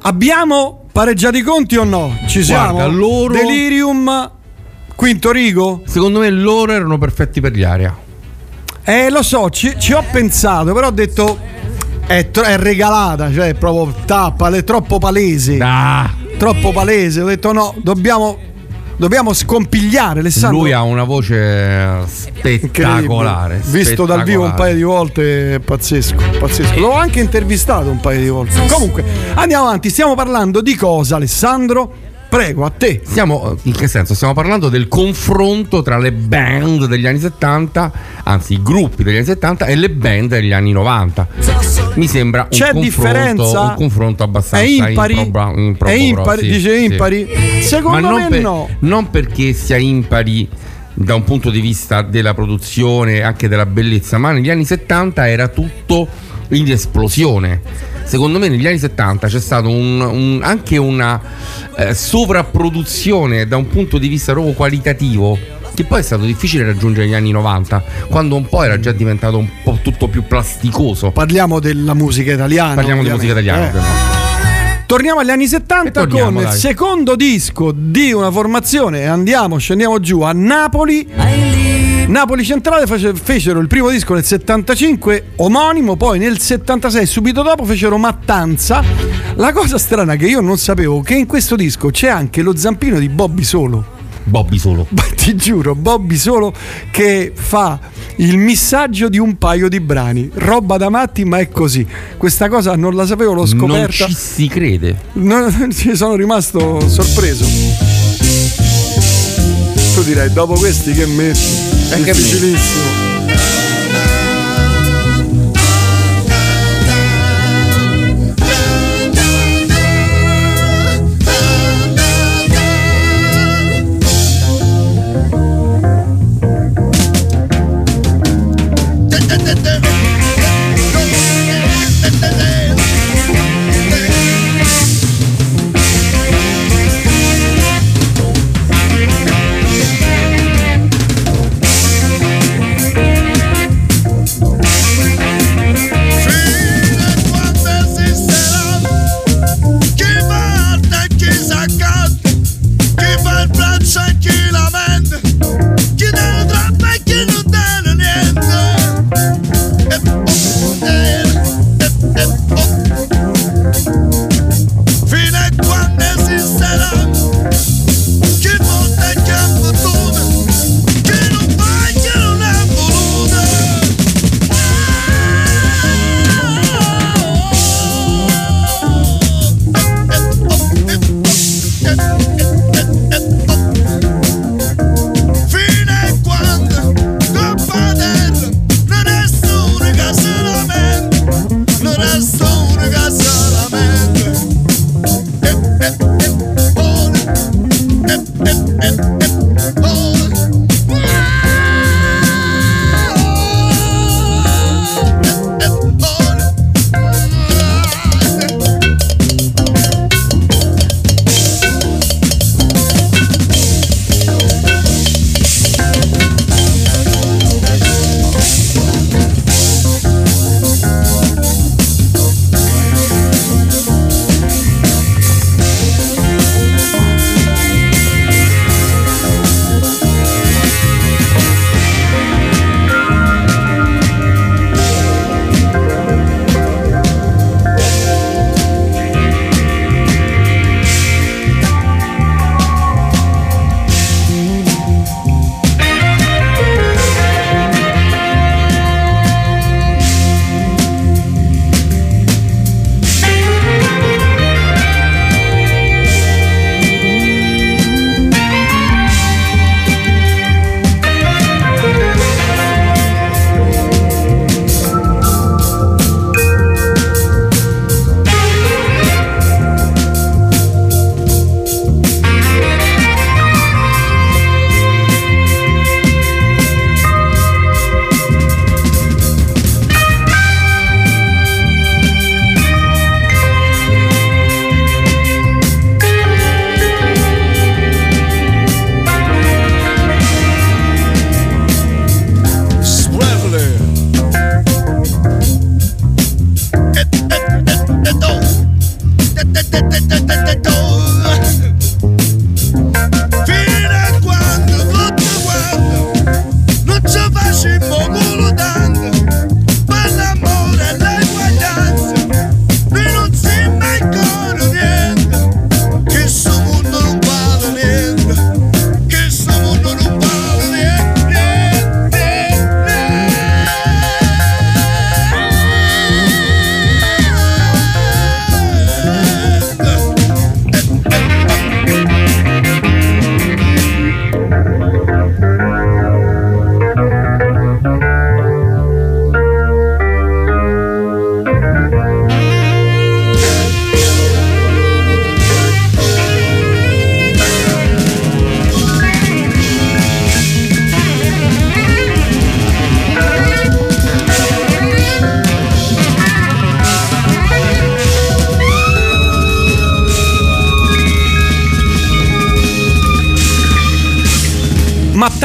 Abbiamo pareggiato i conti o no? Ci siamo? Guarda, loro- Delirium, Quinto Rigo? Secondo me loro erano perfetti per gli Aria. Eh, lo so, ci, ci ho pensato, però ho detto è, tro- è regalata, cioè è proprio tappa, è troppo palese. Ah. Troppo palese, ho detto no, dobbiamo dobbiamo scompigliare Alessandro. Lui ha una voce spettacolare. Visto dal vivo un paio di volte è pazzesco, pazzesco. L'ho anche intervistato un paio di volte. Comunque, andiamo avanti, stiamo parlando di cosa, Alessandro? Prego, a te. Stiamo, in che senso? Stiamo parlando del confronto tra le band degli anni settanta, anzi i gruppi degli anni settanta e le band degli anni novanta. Mi sembra un C'è confronto, differenza? un confronto abbastanza È impari? improba- improbo, È impari? sì, Dice sì. impari? Secondo Ma non me per- no. Non perché sia impari da un punto di vista della produzione, anche della bellezza, ma negli anni settanta era tutto in esplosione. Secondo me negli anni settanta c'è stato un, un, anche una eh, sovrapproduzione da un punto di vista proprio qualitativo, che poi è stato difficile raggiungere negli anni novanta, quando un po' era già diventato un po' tutto più plasticoso. Parliamo della musica italiana. Parliamo di musica italiana, Eh. ovviamente. Torniamo agli anni settanta E torniamo, con il dai. secondo disco di una formazione e andiamo, scendiamo giù a Napoli. Napoli Centrale face- fecero il primo disco nel settantacinque omonimo, poi nel settantasei subito dopo fecero Mattanza. La cosa strana è che io non sapevo che in questo disco c'è anche lo zampino di Bobby Solo. Bobby Solo. Ma ti giuro, Bobby Solo che fa il missaggio di un paio di brani. Roba da matti, ma è così. Questa cosa non la sapevo, l'ho scoperta. Non ci si crede. Non, ci sono rimasto sorpreso. Tu direi, dopo questi che metti? È Anche a me. difficilissimo.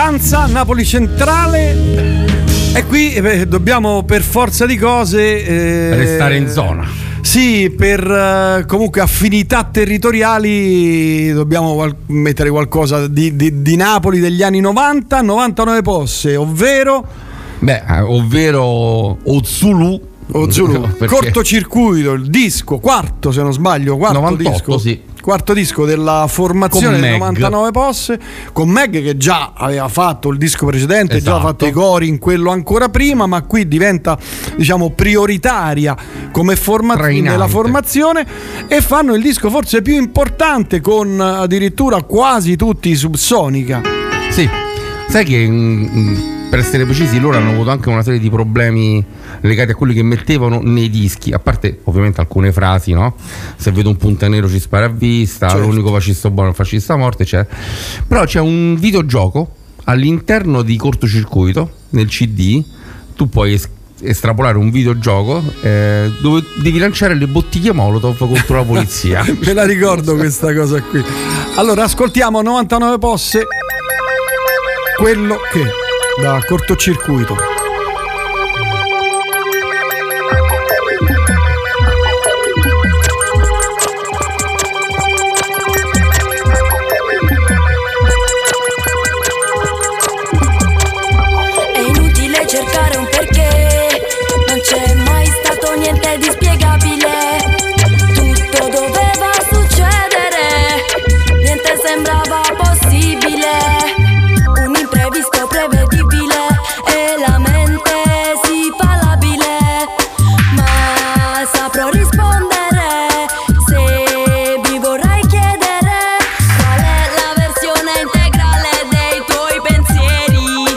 Costanza, Napoli Centrale. E qui eh, dobbiamo per forza di cose eh, restare in zona. Sì, per eh, comunque affinità territoriali dobbiamo val- mettere qualcosa di, di, di Napoli degli anni novanta, novantanove posse, ovvero beh, ovvero Ozzulu. Ozzulu, perché... cortocircuito, il disco quarto, se non sbaglio, quarto novantotto, disco. Sì. Quarto disco della formazione del novantanove posse, con Meg che già aveva fatto il disco precedente, esatto. già aveva fatto i cori in quello ancora prima, ma qui diventa, diciamo, prioritaria come formazione nella formazione, e fanno il disco forse più importante, con addirittura quasi tutti i Subsonica. Sì, sai che mh, per essere precisi loro hanno avuto anche una serie di problemi legati a quelli che mettevano nei dischi, a parte ovviamente alcune frasi, no? Se vedo un punta nero ci spara a vista, certo. L'unico fascista buono è il fascista morto, eccetera. Però c'è un videogioco all'interno di Cortocircuito, nel C D, tu puoi es- estrapolare un videogioco eh, dove devi lanciare le bottiglie Molotov contro la polizia. Me la ricordo questa cosa qui. Allora ascoltiamo novantanove posse, quello che, da Cortocircuito. È inutile cercare un perché, non c'è mai stato niente di spiegabile. Tutto doveva succedere, niente sembrava possibile. Un imprevisto prevedibile e la mente si fa labile. Ma saprò rispondere se mi vorrai chiedere qual è la versione integrale dei tuoi pensieri.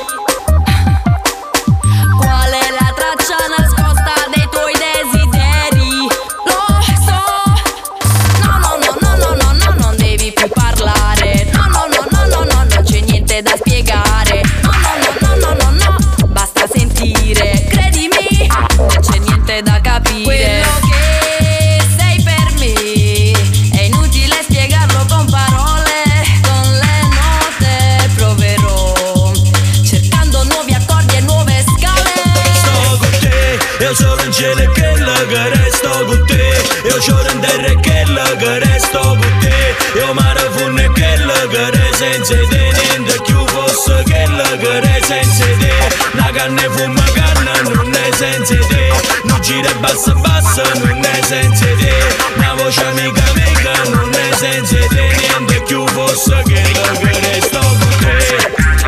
Qual è la traccia nascosta dei tuoi desideri? Lo so. No, no, no, no, no, no, no, non devi più parlare. No, no, no, no, no, no, non c'è niente da spiegare. No, no, no, no, no, no, no, basta sentire. Credimi, non c'è niente da capire. Quello che sei per me è inutile spiegarlo con parole. Con le note proverò, cercando nuovi accordi e nuove scale. Sto con te, io sono in cielo e che la che resto con te. Io sono in terra e che la che resto con te. Io mare funno e che la che re senza te. Niente più fosse che la che re senza te. La canna e fuma canna non è senza te. Non gira e bassa bassa non è senza te. Una voce amica amica non è senza te. Niente più fosse che la che resto con te.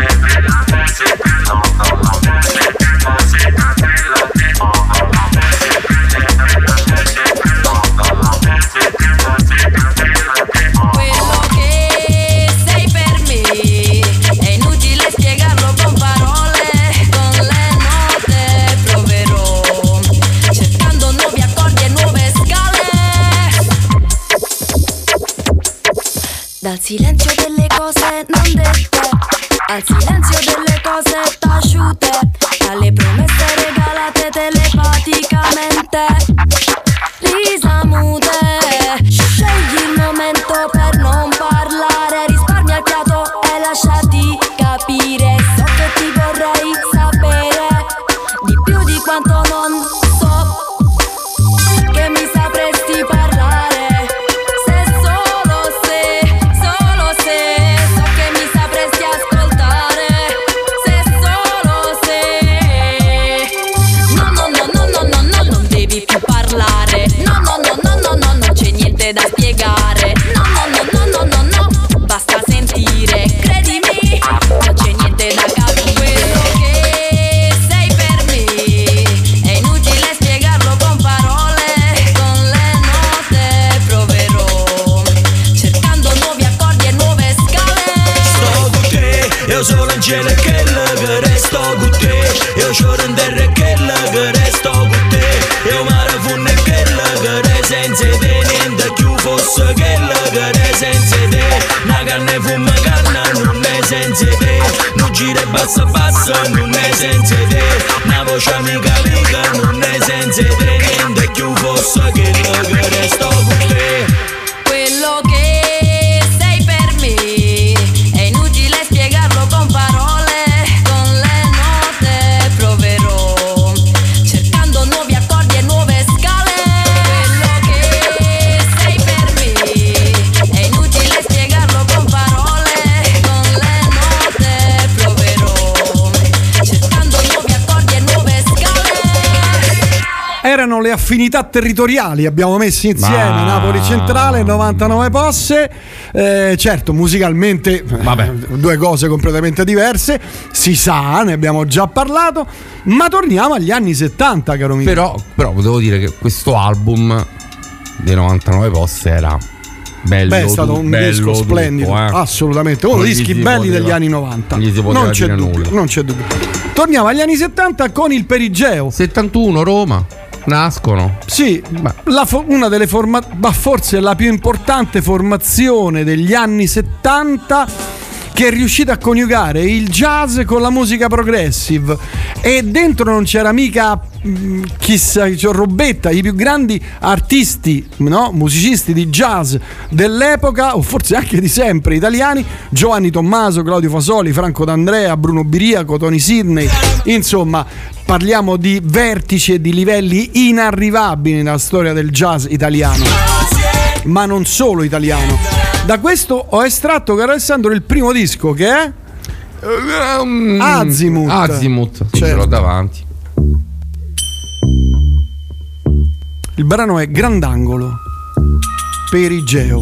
Quello che sei per me è inutile spiegarlo con parole. Con le note proverò, cercando nuovi accordi e nuove scale. Dal silenzio delle cose non dette al silenzio delle cose taciute, dalle promesse regalate telepaticamente. Risamute, scegli il momento per non parlare, risparmia il fiato e lasciati capire. So che ti vorrei sapere di più di quanto non so, che mi sapresti parlare. Se solo se, solo se, so che mi sapresti ascoltare. Se solo se, no no no no no no no, non devi più parlare. No no no no no no, non c'è niente da spiegare. No no no no no no no, basta sentire. Credimi, non c'è niente da capire. Quello che sei per me è inutile spiegarlo con parole. Con le note proverò, cercando nuovi accordi e nuove scale. Sto con te, io sono in cielo e che la che resto con te. Io sono in terra e che la che resto con te. Io mare funno e che la che re senza te. Niente più fosse che la che re senza te. Una canna e fuma canna non è senza te. Non gira e bassa bassa non è senza te. Una voce amica amica non è senza te. Niente più fosse che la che resto con te. Quello che sei per me è inutile spiegarlo con parole. almeno le affinità territoriali abbiamo messo insieme. Ma... Napoli Centrale, novantanove Posse, eh, certo musicalmente Vabbè. due cose completamente diverse, si sa, ne abbiamo già parlato, ma torniamo agli anni settanta, caro mio. Però, però devo dire che questo album dei novantanove Posse era bello. Beh, è stato un bello, disco splendido, tutto, eh. assolutamente, uno dei dischi belli poteva, degli anni novanta, non, non c'è dire dubbio, nulla. non c'è dubbio. Torniamo agli anni settanta con il Perigeo. settantuno Roma, nascono. Sì, la fo- una delle forma- ma forse la più importante formazione degli anni settanta, che è riuscita a coniugare il jazz con la musica progressive, e dentro non c'era mica mh, chissà, cioè Robetta, i più grandi artisti, no? musicisti di jazz dell'epoca, o forse anche di sempre, italiani: Giovanni Tommaso, Claudio Fasoli, Franco D'Andrea, Bruno Biriaco, Tony Sidney. Insomma, parliamo di vertici e di livelli inarrivabili nella storia del jazz italiano, ma non solo italiano. Da questo ho estratto, caro Alessandro, il primo disco, che è um, Azimuth. Azimuth, sì, certo. Ce l'ho davanti. Il brano è Grandangolo, Perigeo.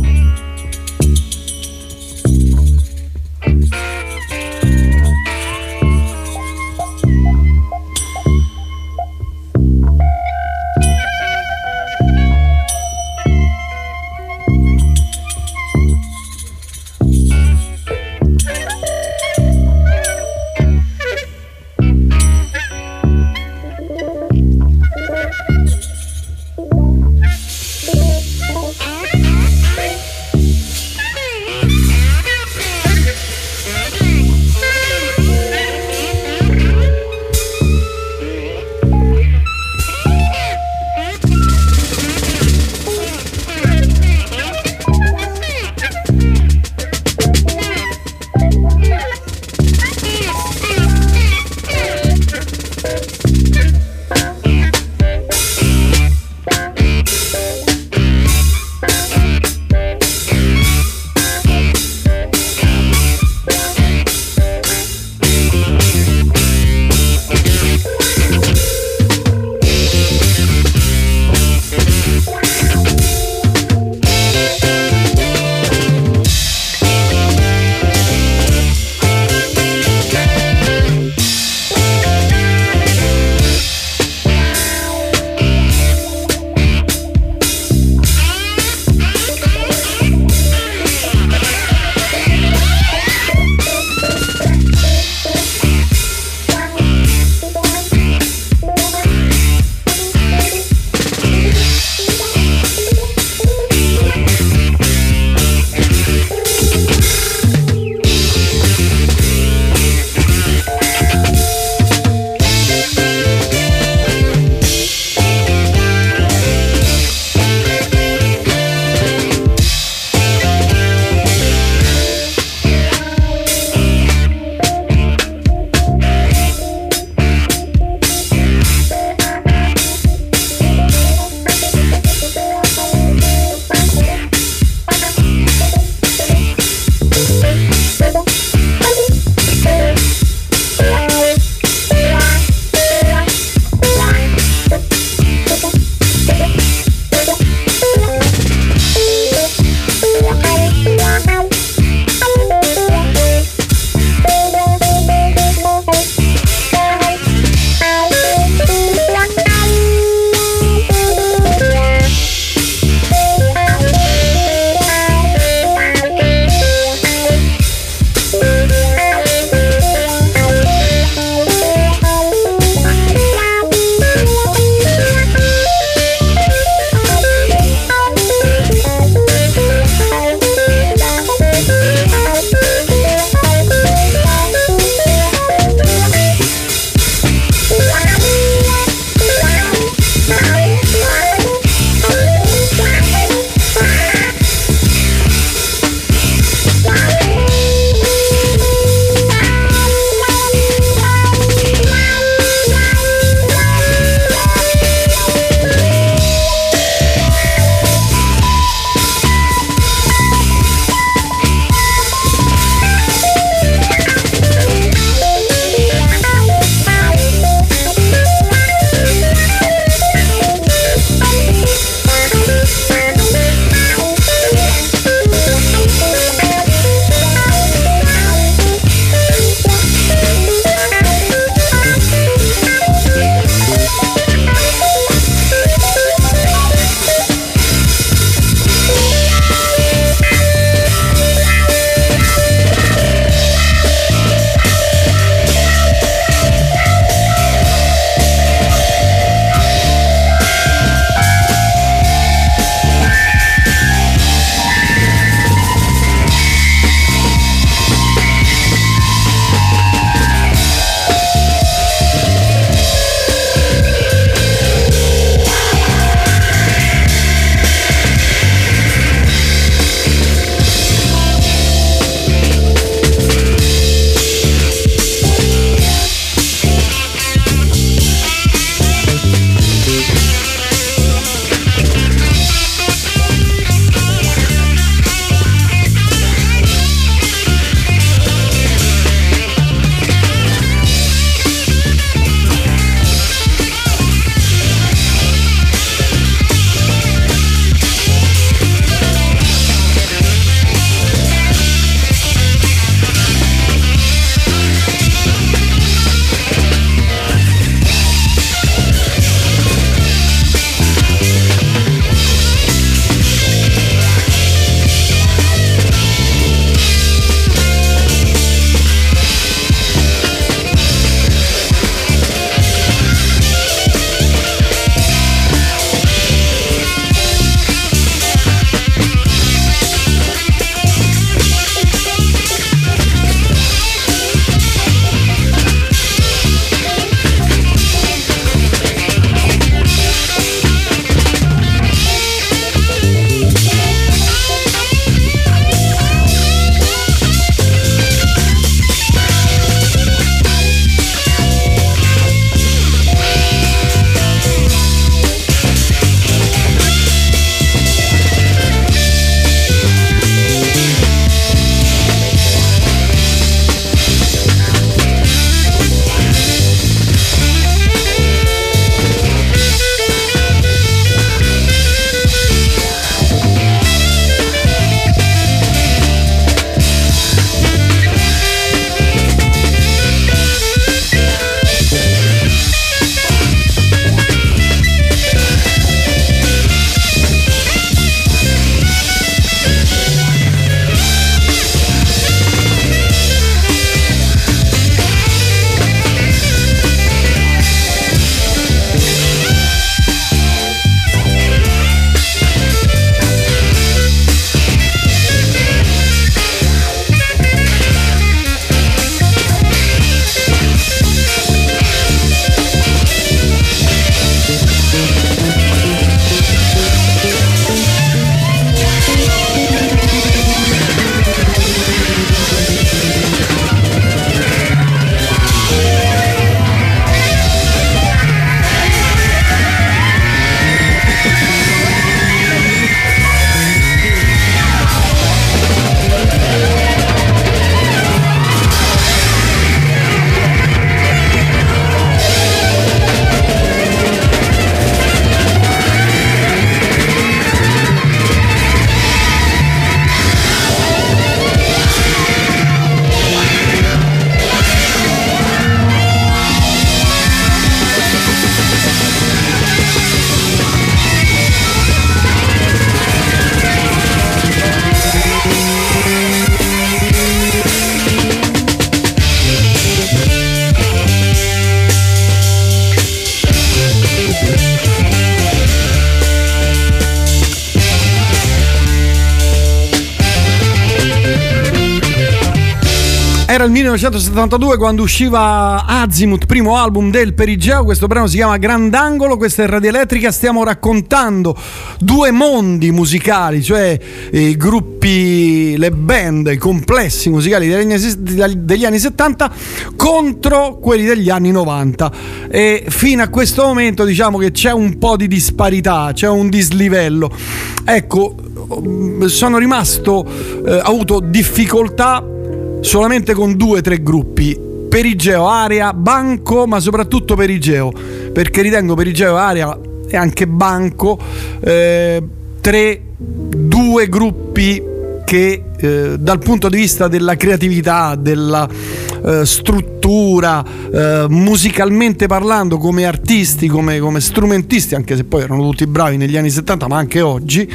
Era il millenovecentosettantadue quando usciva Azimuth, primo album del Perigeo. Questo brano si chiama Grandangolo, questa è Radio Elettrica. Stiamo raccontando due mondi musicali, cioè i gruppi, le band, i complessi musicali degli anni, degli anni settanta contro quelli degli anni novanta, e fino a questo momento diciamo che c'è un po' di disparità, c'è un dislivello. Ecco, sono rimasto, eh, ho avuto difficoltà solamente con due o tre gruppi: Perigeo, Area, Banco, ma soprattutto Perigeo, perché ritengo Perigeo, Area e anche Banco eh, tre, due gruppi che eh, dal punto di vista della creatività, della eh, struttura, eh, musicalmente parlando, come artisti, come, come strumentisti, anche se poi erano tutti bravi negli anni settanta, ma anche oggi,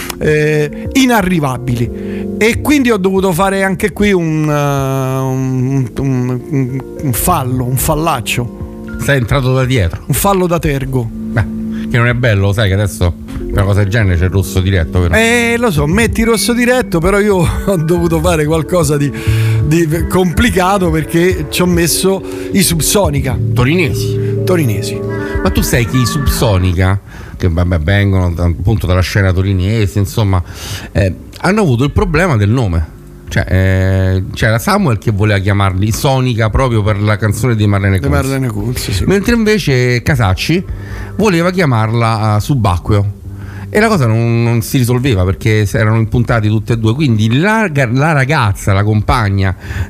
eh, inarrivabili. E quindi ho dovuto fare anche qui un, uh, un, un, un fallo, un fallaccio. Sei entrato da dietro. Un fallo da tergo. Beh, che non è bello, sai che adesso per una cosa del genere c'è il rosso diretto, vero? Eh, lo so, metti il rosso diretto, però io ho dovuto fare qualcosa di, di complicato, perché ci ho messo i Subsonica. Torinesi. Torinesi. Ma tu sai che i Subsonica, che vabbè, vengono appunto dalla scena torinese, insomma, eh, hanno avuto il problema del nome. Cioè, eh, c'era Samuel che voleva chiamarli Sonica proprio per la canzone di Marlene Kunz, Marlene Kunz, sì. Mentre invece Casacci voleva chiamarla uh, Subacqueo. E la cosa non, non si risolveva, perché erano impuntati tutti e due. Quindi la, la ragazza, la compagna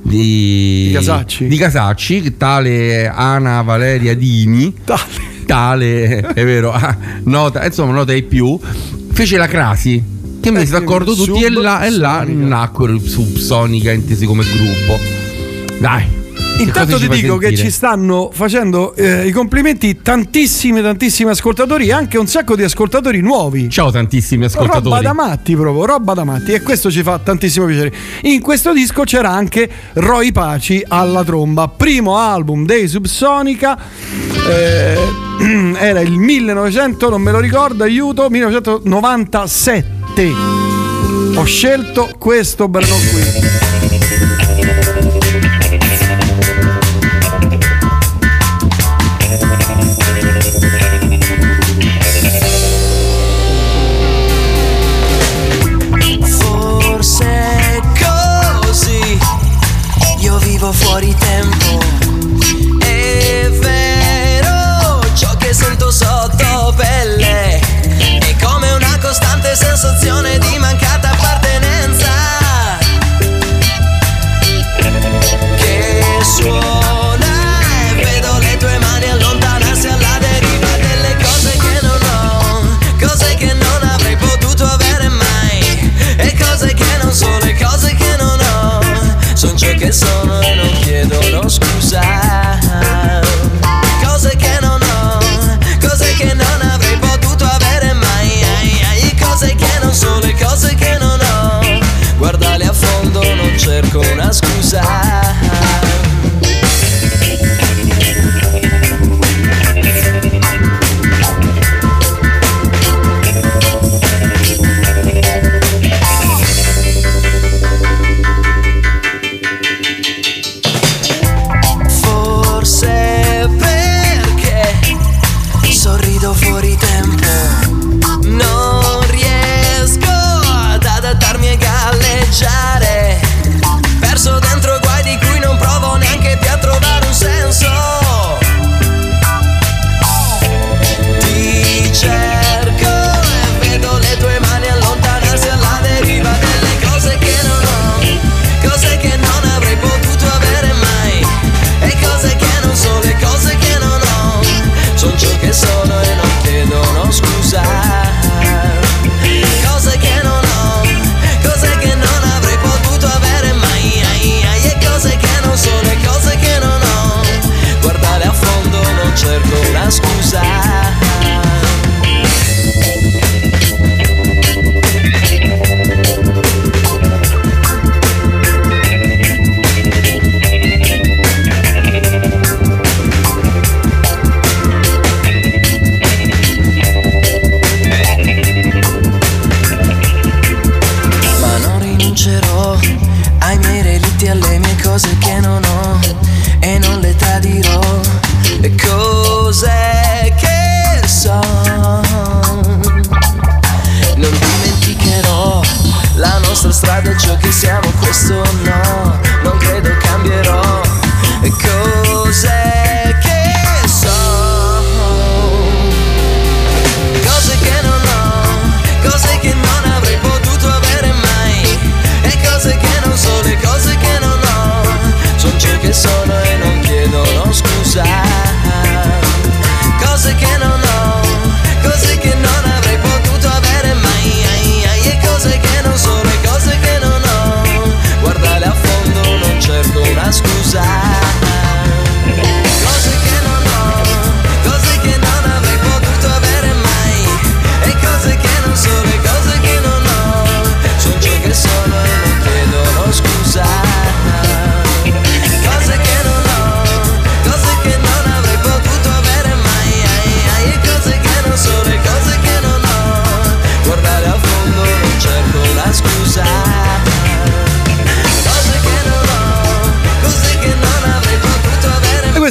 di, di Casacci, di Casacci, tale Ana Valeria Dini, tale, tale è vero, ah, nota, insomma, nota di più, fece la crasi, che mise d'accordo tutti, e là, e là nacquero i Subsonica, intesi come gruppo. Dai. Intanto ti dico che ci stanno facendo eh, i complimenti tantissimi, tantissimi ascoltatori, e anche un sacco di ascoltatori nuovi. Ciao tantissimi ascoltatori. Roba da matti proprio, roba da matti, e questo ci fa tantissimo piacere. In questo disco c'era anche Roy Paci alla tromba, primo album dei Subsonica, eh, era il millenovecento, non me lo ricordo, aiuto, millenovecentonovantasette. Ho scelto questo brano qui. Fuori tempo, è vero ciò che sento sotto pelle, è come una costante sensazione di mancata appartenenza.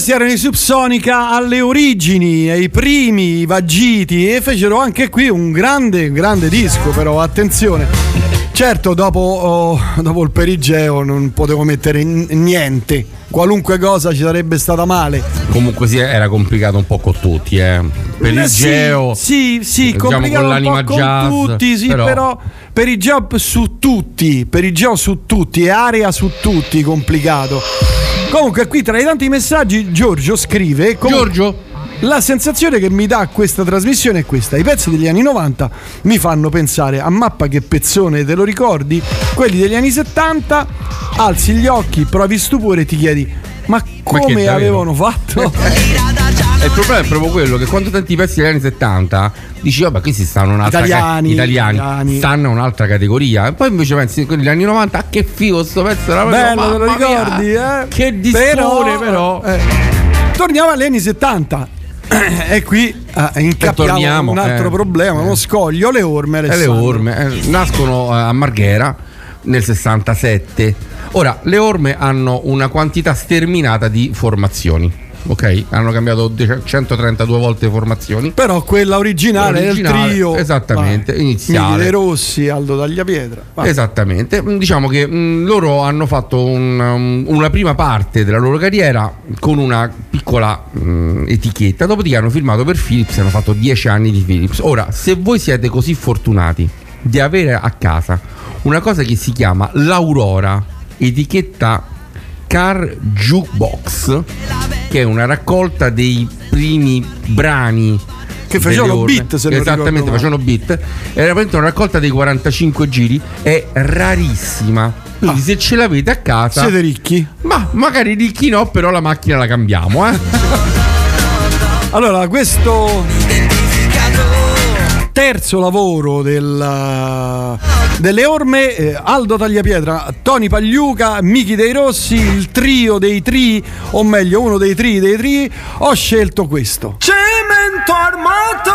questi erano i Subsonica alle origini, ai primi, i Vagiti, e fecero anche qui un grande, grande disco, però attenzione. Certo, dopo, oh, dopo il Perigeo non potevo mettere n- niente, qualunque cosa ci sarebbe stata male. Comunque sì, era complicato un po' con tutti, eh. Perigeo, eh sì, sì, sì, diciamo complicato con l'anima un po' jazz, con tutti, sì, però, però Perigeo su tutti, Perigeo su tutti, e Area su tutti, complicato. Comunque qui tra i tanti messaggi Giorgio scrive comunque, Giorgio, la sensazione che mi dà questa trasmissione è questa: i pezzi degli anni novanta mi fanno pensare a Mappa che pezzone, te lo ricordi? Quelli degli anni settanta, alzi gli occhi, provi stupore e ti chiedi ma come ma avevano fatto? E il problema è proprio quello che quando tanti pezzi degli anni settanta dici vabbè questi stanno un'altra italiani, ca- italiani, italiani stanno un'altra categoria, e poi invece pensi quelli degli anni novanta, ah, che figo sto pezzo, era bello, te lo ricordi, eh? Che discone però, però. Eh. Torniamo agli anni settanta. E qui eh, incappiamo un altro eh, problema, uno scoglio, le orme. Eh, le orme eh, nascono a Marghera nel sessantasette. Ora, le orme hanno una quantità sterminata di formazioni, ok? Hanno cambiato centotrentadue volte formazioni. Però quella originale, originale del trio, esattamente, vai, iniziale Miki De Rossi, Aldo Tagliapietra, vai. Esattamente. Diciamo che mh, loro hanno fatto un, um, una prima parte della loro carriera con una piccola mh, etichetta, dopodiché hanno firmato per Philips e hanno fatto dieci anni di Philips. Ora, se voi siete così fortunati di avere a casa una cosa che si chiama l'Aurora, etichetta Car Jukebox, che è una raccolta dei primi brani che facevano beat, se non esattamente, facevano beat, era veramente una raccolta dei quarantacinque giri, è rarissima, quindi ah, se ce l'avete a casa siete ricchi, ma magari ricchi no, però la macchina la cambiamo, eh. Allora, questo terzo lavoro del, delle orme, eh, Aldo Tagliapietra, Tony Pagliuca, Miki dei Rossi, il trio dei tri, o meglio uno dei tri dei tri, ho scelto questo. Cemento armato,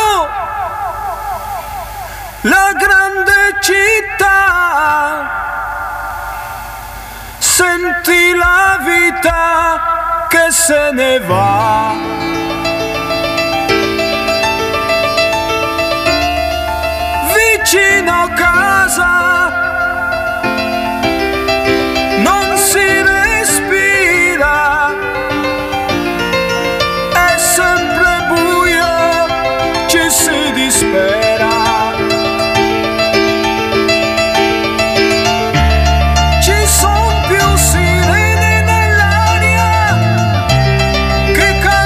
la grande città, senti la vita che se ne va. Vicino a casa non si respira, è sempre buio, ci si dispera. Ci son più sirene nell'aria che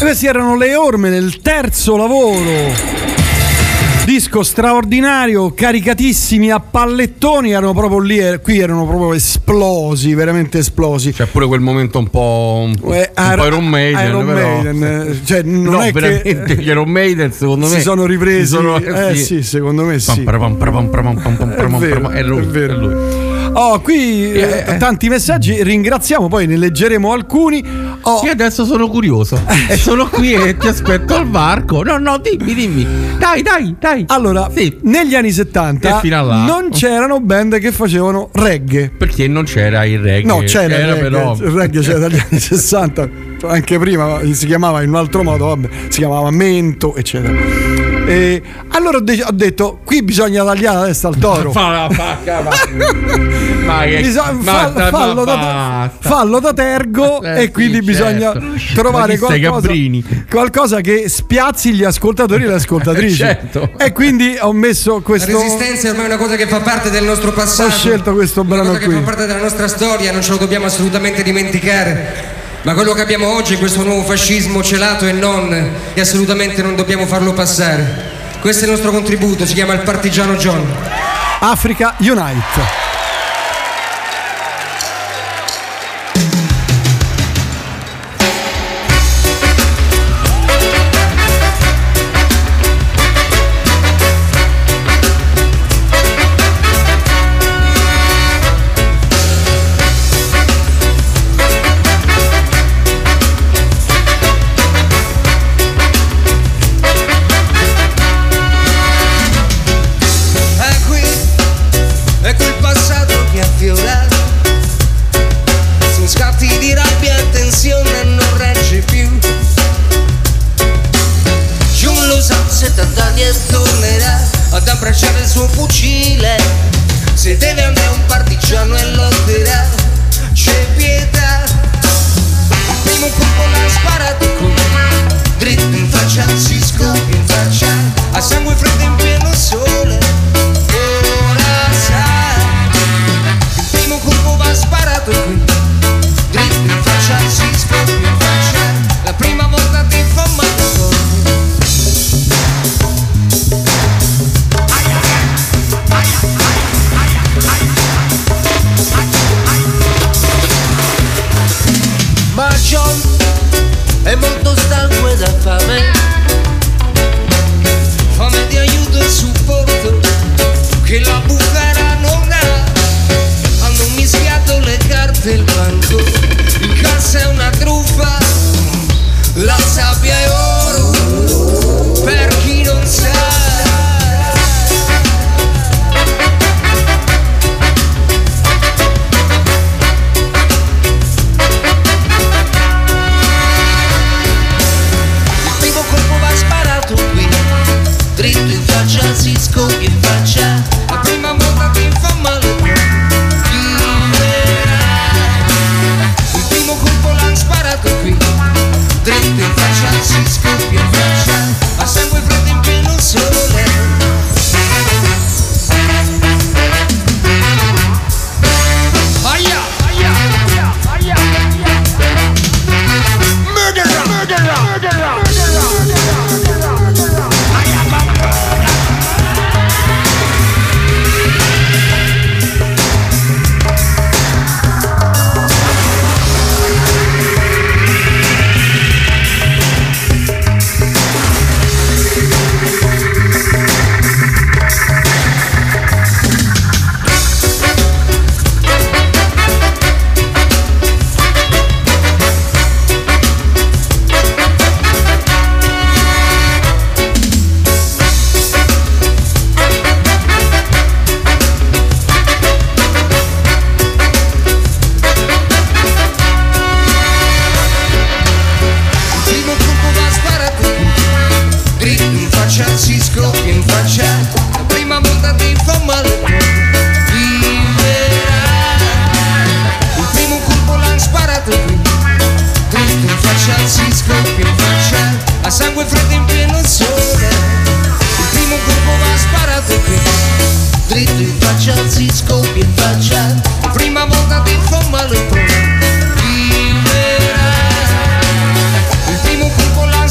questi erano le Orme nel terzo lavoro. Disco straordinario, caricatissimi a pallettoni, erano proprio lì, eh, qui erano proprio esplosi, veramente esplosi. C'è pure quel momento un po', un, eh, un po' Iron Maiden, Iron però, Maiden, cioè non no, è veramente che gli Iron Maiden secondo me si sono ripresi, si sono, eh sì. sì, secondo me sì. Pam, pam, pam, pam, pam, pam, pam, È vero, pam, è lui, è vero. è lui. Oh, qui eh, Eh, tanti messaggi, ringraziamo, poi ne leggeremo alcuni. Oh. Io adesso sono curioso e sono qui e ti aspetto al varco. No, no, dimmi, dimmi. Dai, dai, dai. Allora, sì. negli anni settanta E fino a là. non c'erano band che facevano reggae. Perché non c'era il reggae. No, c'era, il reggae, però. il reggae c'era dagli anni sessanta, anche prima si chiamava in un altro modo, vabbè, si chiamava mento, eccetera. E allora ho, de- ho detto, qui bisogna tagliare la testa al toro. Fa, fa, fa, ma che, Bisogna- basta, fa- fallo, ma da, basta. fallo da tergo Eh, e quindi sì, bisogna certo. trovare Ma chi sei, qualcosa, Gabrini? qualcosa che spiazzi gli ascoltatori e le ascoltatrici. Certo. E quindi ho messo La questo. resistenza è ormai una cosa che fa parte del nostro passato. Ho scelto questo una brano cosa che qui. fa parte della nostra storia, non ce lo dobbiamo assolutamente dimenticare. Ma quello che abbiamo oggi, questo nuovo fascismo celato e non, e assolutamente non dobbiamo farlo passare. Questo è il nostro contributo, si chiama il Partigiano John. Africa Unite. Se deve andare un partigiano e lotterà, c'è pietà. Il primo colpo l'ha sparato con dritto in faccia, si scoppia in faccia, a sangue freddo in pieno sole. Ora sa, il primo colpo va sparato qui, dritto in faccia, si scoppia in faccia, la prima volta ti fa male. Ma John è molto stanco ed ha fame, fame di aiuto e supporto che la bufera non ha. Hanno mischiato le carte e il banco, in cassa è una truffa, la sabbia è oro per chi non sa. Dritto in faccia, si scoppia in faccia, la prima volta ti fa male. Il primo colpo l'hanno sparato qui, dritto in faccia, si scoppia in faccia, a sangue freddo in pieno sole. Aia, aia, aia, aia, aia. Murderer, murderer, murderer, murderer. Si scoppia in faccia, la prima volta ti fa male. Il primo colpo l'hanno sparato qui, dritto in faccia, si scoppia in faccia, a sangue freddo in pieno sole. Il primo colpo va sparato qui, dritto in faccia, si scoppia in faccia, la prima volta ti fa male. Il primo colpo l'ha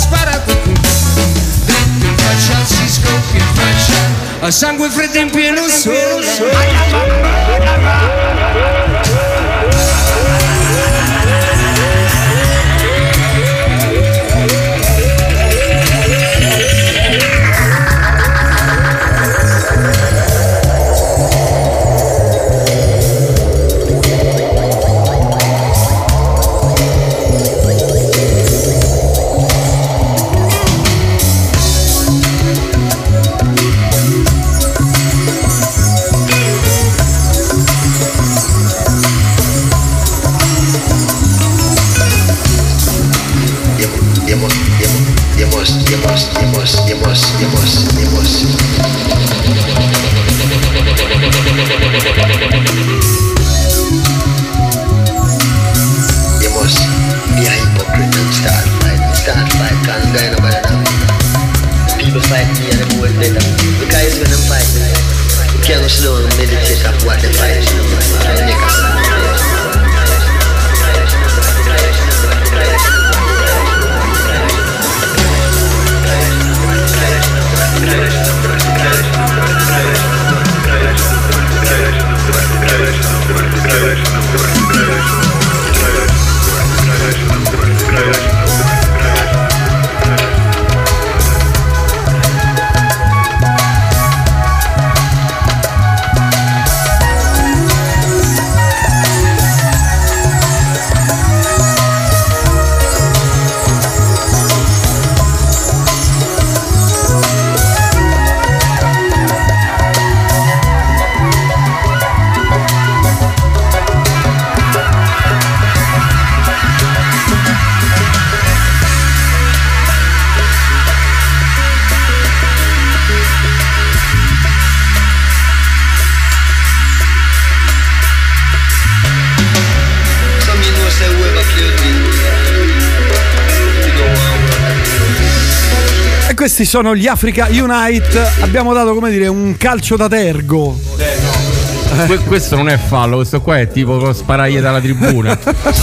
Questi sono gli Africa Unite. Abbiamo dato, come dire, un calcio da tergo. Que- questo non è fallo, questo qua è tipo sparaglie dalla tribuna.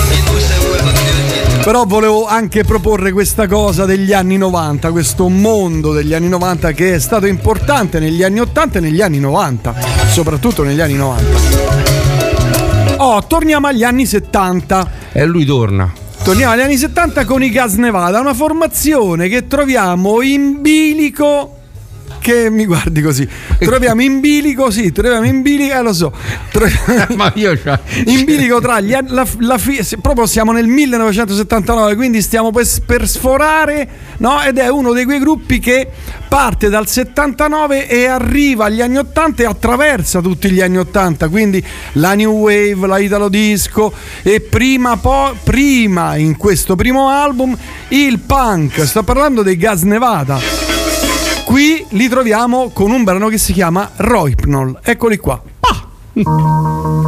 Però volevo anche proporre questa cosa degli anni novanta, questo mondo degli anni novanta che è stato importante negli anni ottanta e negli anni novanta, soprattutto negli anni novanta. Oh, torniamo agli anni settanta. E lui torna. Torniamo agli anni settanta con i Gas Nevada, una formazione che troviamo in bilico. Che mi guardi così, troviamo in bilico, sì, troviamo in bilico, eh, lo so, troviamo, ma io cioè. in bilico tra gli anni, la, la fi, proprio siamo nel millenovecentosettantanove, quindi stiamo per, per sforare, no? Ed è uno di quei gruppi che parte dal settantanove e arriva agli anni ottanta e attraversa tutti gli anni ottanta, quindi la New Wave, la Italo Disco e prima, po- prima in questo primo album il punk. Sto parlando dei Gas Nevada. Qui li troviamo con un brano che si chiama Rohypnol. Eccoli qua. Ah!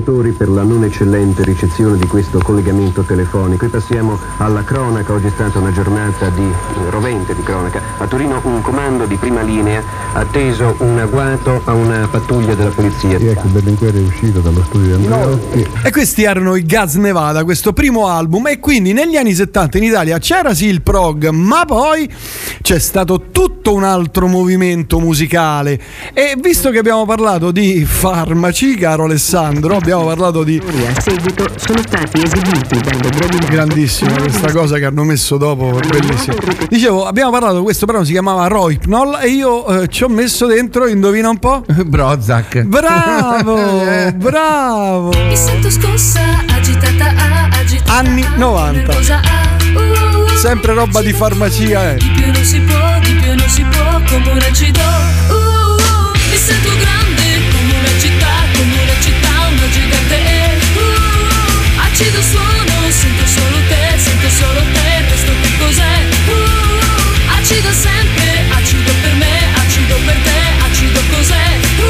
ascoltatori per la non eccellente ricezione di questo collegamento telefonico. E passiamo alla cronaca. Oggi è stata una giornata di rovente di cronaca. A Torino un comando di prima linea ha atteso un agguato a una pattuglia della polizia. E ecco, Berlinguer è uscito dallo studio di Andreotti. E questi erano i Gas Nevada, questo primo album. E quindi negli anni settanta in Italia c'era sì il prog, ma poi c'è stato tutto un altro movimento musicale. E visto che abbiamo parlato di farmaci, caro Alessandro, abbiamo parlato di... A seguito sono stati esibiti dalle brevi... Grandissima questa cosa che hanno messo dopo, bellissimo. Dicevo, abbiamo parlato, questo brano si chiamava Rohypnol e io eh, ci ho messo dentro, indovina un po'? Prozac. Bravo, bravo. Mi sento scossa, agitata, agitata. Anni novanta. Sempre roba di farmacia, eh. Di più non si può, di più non si può, come un acido. Uh, uh, mi sento grande, come una città, come una città, una gigante. Uh, acido suono, sento solo te, sento solo te, il resto che cos'è? Uh, acido sempre, acido per me, acido per te, acido cos'è?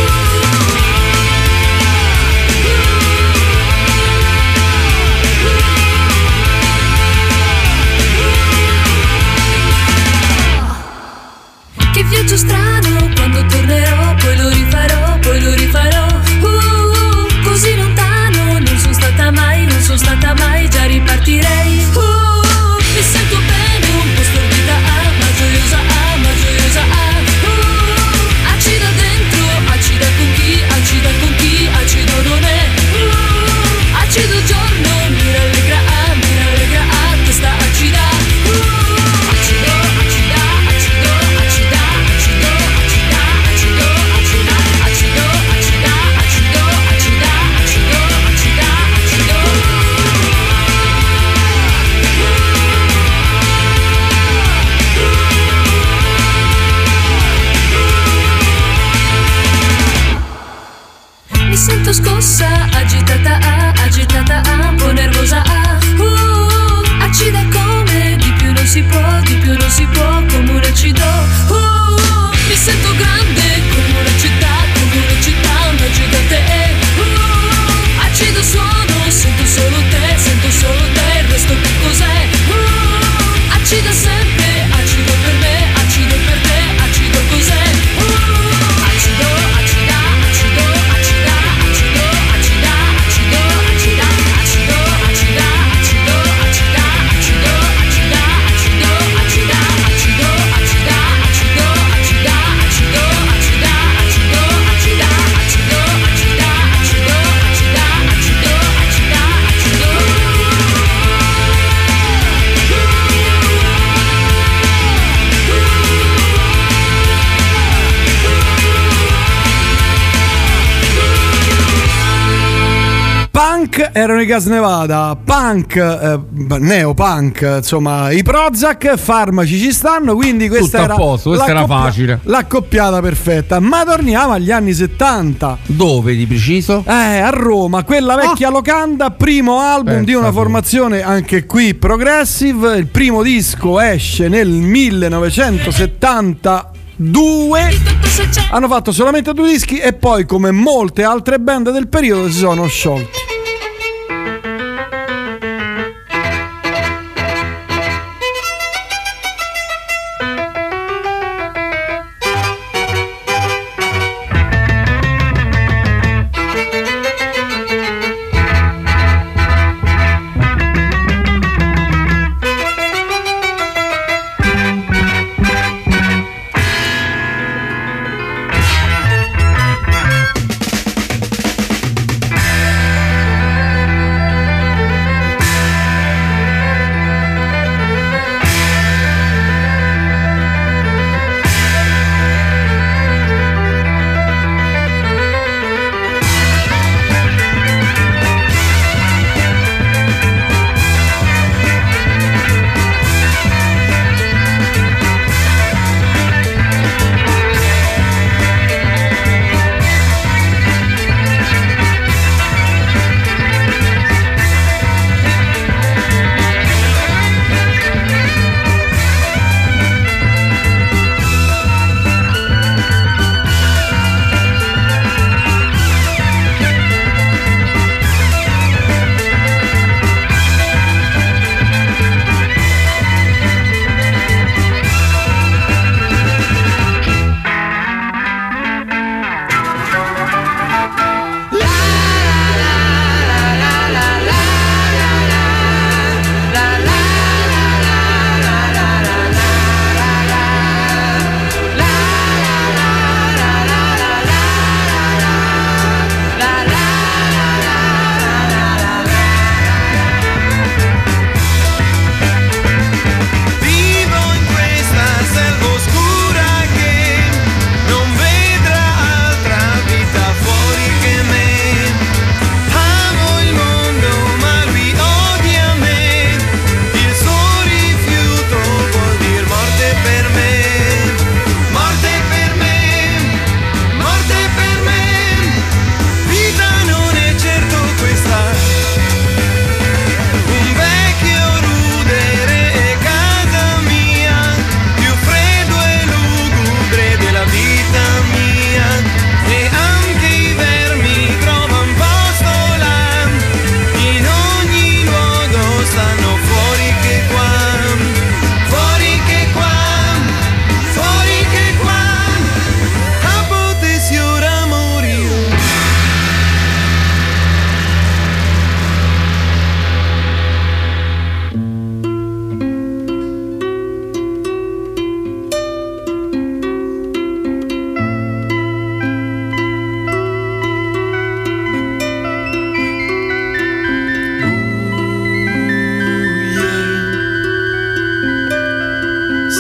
Che viaggio strano, quando tornerò, poi lo rifarò, poi lo rifarò. Uh, uh, così lontano, non sono stata mai, non sono stata mai, già ripartirei. Uh, uh, mi sento bene, un po' stordita, ah, ma gioiosa, ah, ma gioiosa, ah. Uh, uh, acida dentro, acida con chi, acida con chi, acido non è. Uh, uh, acido giorno, mi rallegra, ah, mi rallegra, ah, questa acida. Uh, uh, acido, acida, acido, acida. Mi sento scossa, agitata, ah, agitata, ah, un po' nervosa, ah, uh, uh, acida come, di più non si può, di più non si può, come un acido, uh, uh, mi sento grande, come una città, come una città, una gigante, uh, uh, acido suono, sento solo te, sento solo te, il resto che cos'è? Uh, uh, acida sempre, acido per me, acido per te, acido cos'è? Uh, uh, acido, acida, acido, acida. Acido, acida, acido, acida, acido, acida, acido, acida, acido, acida, acido, acida, acido, acida, acido, acida, acido, acida, acido, acida, acido, acida, acido, acida, acido, acida, acido. Punk erano i Gas Nevada, punk, eh, neopunk, insomma, i Prozac, farmaci ci stanno, quindi questa tutto era a posto, questa era facile. L'accoppiata perfetta. Ma torniamo agli anni settanta. Dove di preciso? Eh, a Roma, quella vecchia oh. locanda, primo album Pensa di una formazione anche qui progressive. Il primo disco esce nel millenovecentosettanta. Due hanno fatto solamente due dischi e poi, come molte altre band del periodo, si sono sciolti.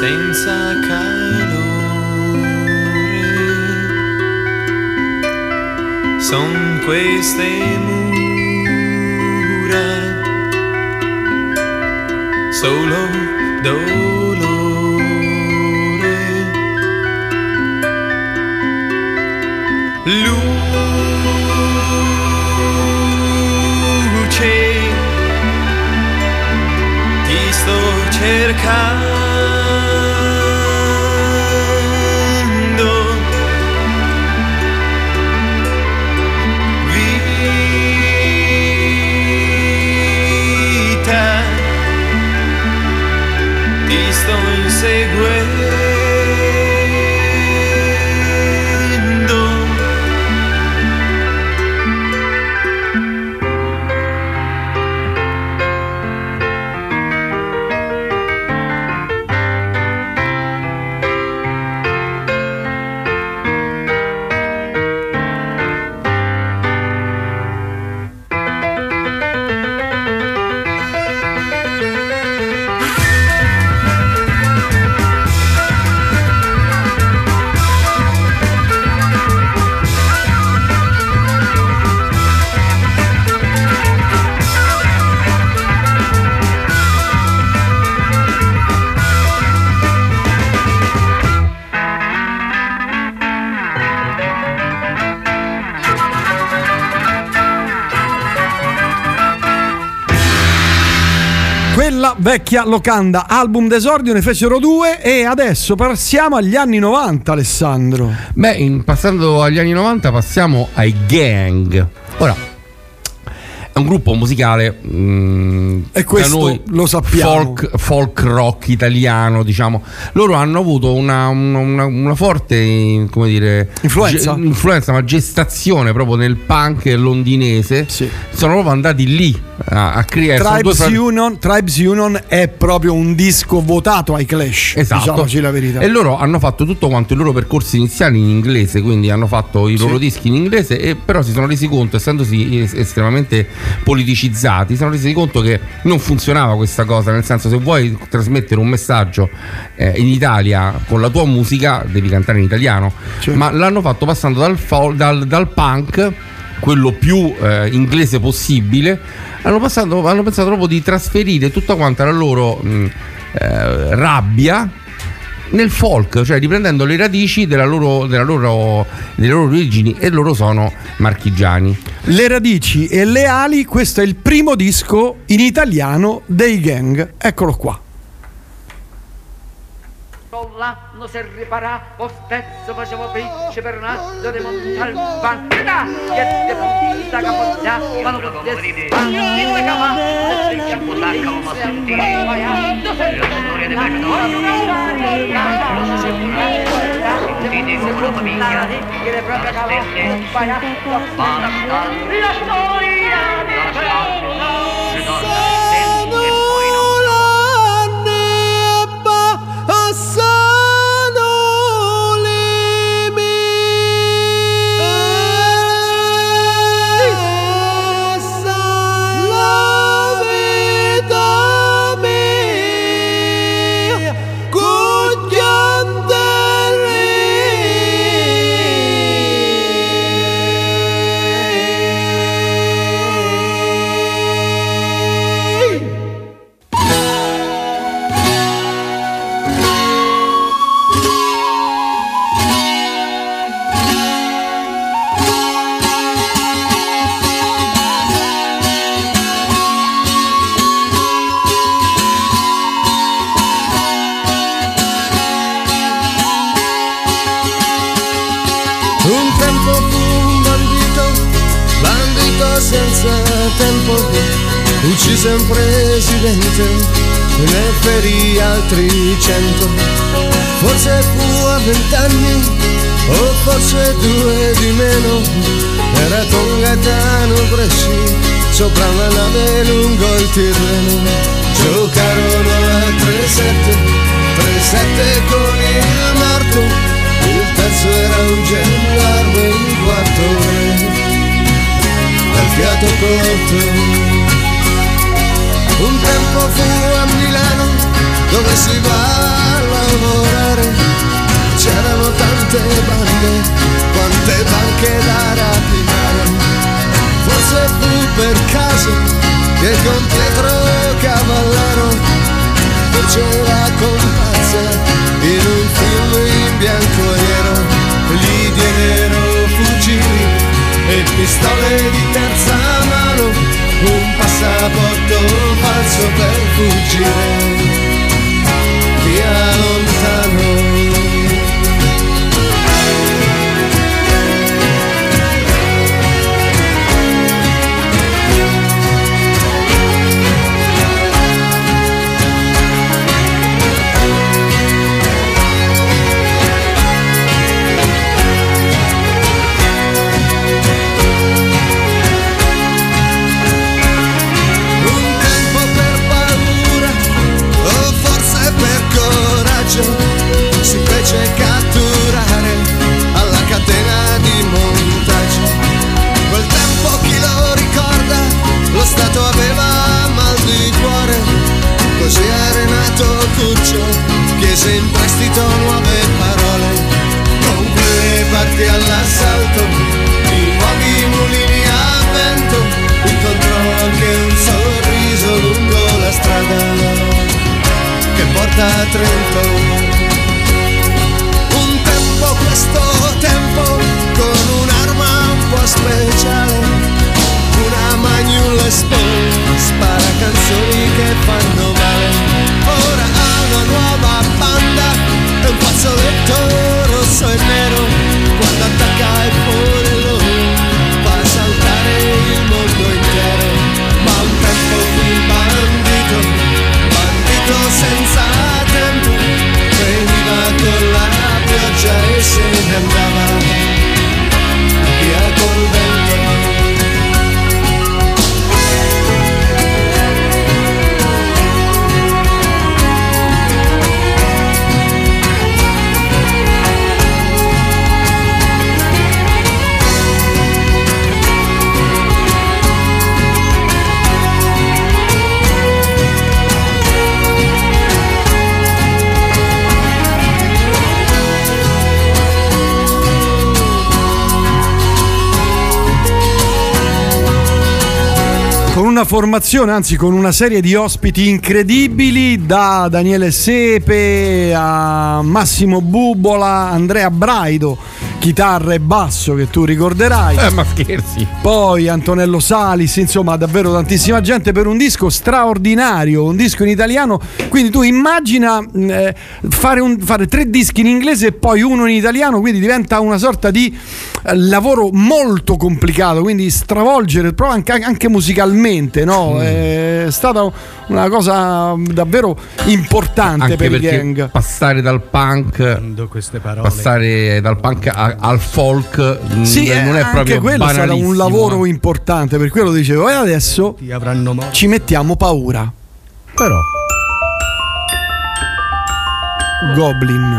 senza calore. Son queste mura, solo dolore. Luce, ti sto cercando, vita, ti sto inseguendo. Quella vecchia locanda, album d'esordio, ne fecero due e adesso passiamo agli anni novanta, Alessandro. Beh, in, passando agli anni novanta passiamo ai Gang. Ora, è un gruppo musicale mh, e questo da noi lo sappiamo, folk, folk rock italiano, diciamo. Loro hanno avuto una, una, una forte, come dire, influenza. Ge, influenza, ma gestazione proprio nel punk londinese. Sì. Sono proprio andati lì a, a creare Tribes due... Union, Tribes Union è proprio un disco votato ai Clash, esatto. Diciamoci la verità. E loro hanno fatto tutto quanto i loro percorsi iniziali in inglese, quindi hanno fatto i loro sì. dischi in inglese, e però si sono resi conto, essendosi es- estremamente politicizzati, si sono resi conto che non funzionava questa cosa, nel senso, se vuoi trasmettere un messaggio eh, in Italia con la tua musica devi cantare in italiano, sì. Ma l'hanno fatto passando dal, fol- dal, dal punk, quello più eh, inglese possibile. Hanno, passato, hanno pensato proprio di trasferire tutta quanta la loro mh, eh, rabbia nel folk, cioè riprendendo le radici della loro, della loro, delle loro origini, e loro sono marchigiani. Le radici e le ali, questo è il primo disco in italiano dei Gang, eccolo qua. L'anno si riparà, o stesso facevo picce per naso di montare il pan. Da, chiede pronta capoccia, ma non potesse spandire cavallo, se ci apputacca un massentino, la storia di tempo uccise un presidente, ne ferì altri cento. Forse fu a vent'anni o forse due di meno. Era con Gaetano Bresci sopra una nave lungo il Tirreno. Giocarono a tre sette, tre sette con il morto. Il terzo era un gendarme, il quarto re dal fiato corto. Un tempo fu a Milano, dove si balla un quante bande, quante banche da rapinare. Forse fu per caso che con Pietro Cavallaro fece la comparsa in un film in bianco e nero. Gli diedero fucili e pistole di terza mano, un passaporto falso per fuggire via lontano. Si fece catturare alla catena di montaggio. Quel tempo chi lo ricorda, lo Stato aveva mal di cuore. Così a Renato Curcio chiese in prestito nuove parole. Con quelle parti all'assalto, i nuovi mulini a vento, incontrò anche un sorriso lungo la strada che porta a Trento. Questo tempo con un'arma un po' speciale, una Magnum Les Paul, spara canzoni che fanno male. Ora ha una nuova banda e un fazzoletto rosso e nero. Quando attacca il pollo fa saltare il mondo intero. Ma un tempo fu un bandito, bandito senza tempo, veniva con la pioggia e se ne andava via col vento. Con una formazione, anzi con una serie di ospiti incredibili, da Daniele Sepe a Massimo Bubola, Andrea Braido, chitarra e basso, che tu ricorderai. Eh, ma scherzi. Poi Antonello Salis, insomma davvero tantissima gente per un disco straordinario, un disco in italiano. Quindi tu immagina eh, fare, un, fare tre dischi in inglese e poi uno in italiano, quindi diventa una sorta di eh, lavoro molto complicato, quindi stravolgere proprio anche, anche musicalmente, no? Mm. È stata una cosa davvero importante anche per i gang. Passare dal punk, queste parole. passare dal punk a, al folk, sì, non è proprio quello è stato un lavoro importante, per quello dicevo. E adesso ti avranno morto. Ci mettiamo paura. Però Goblin.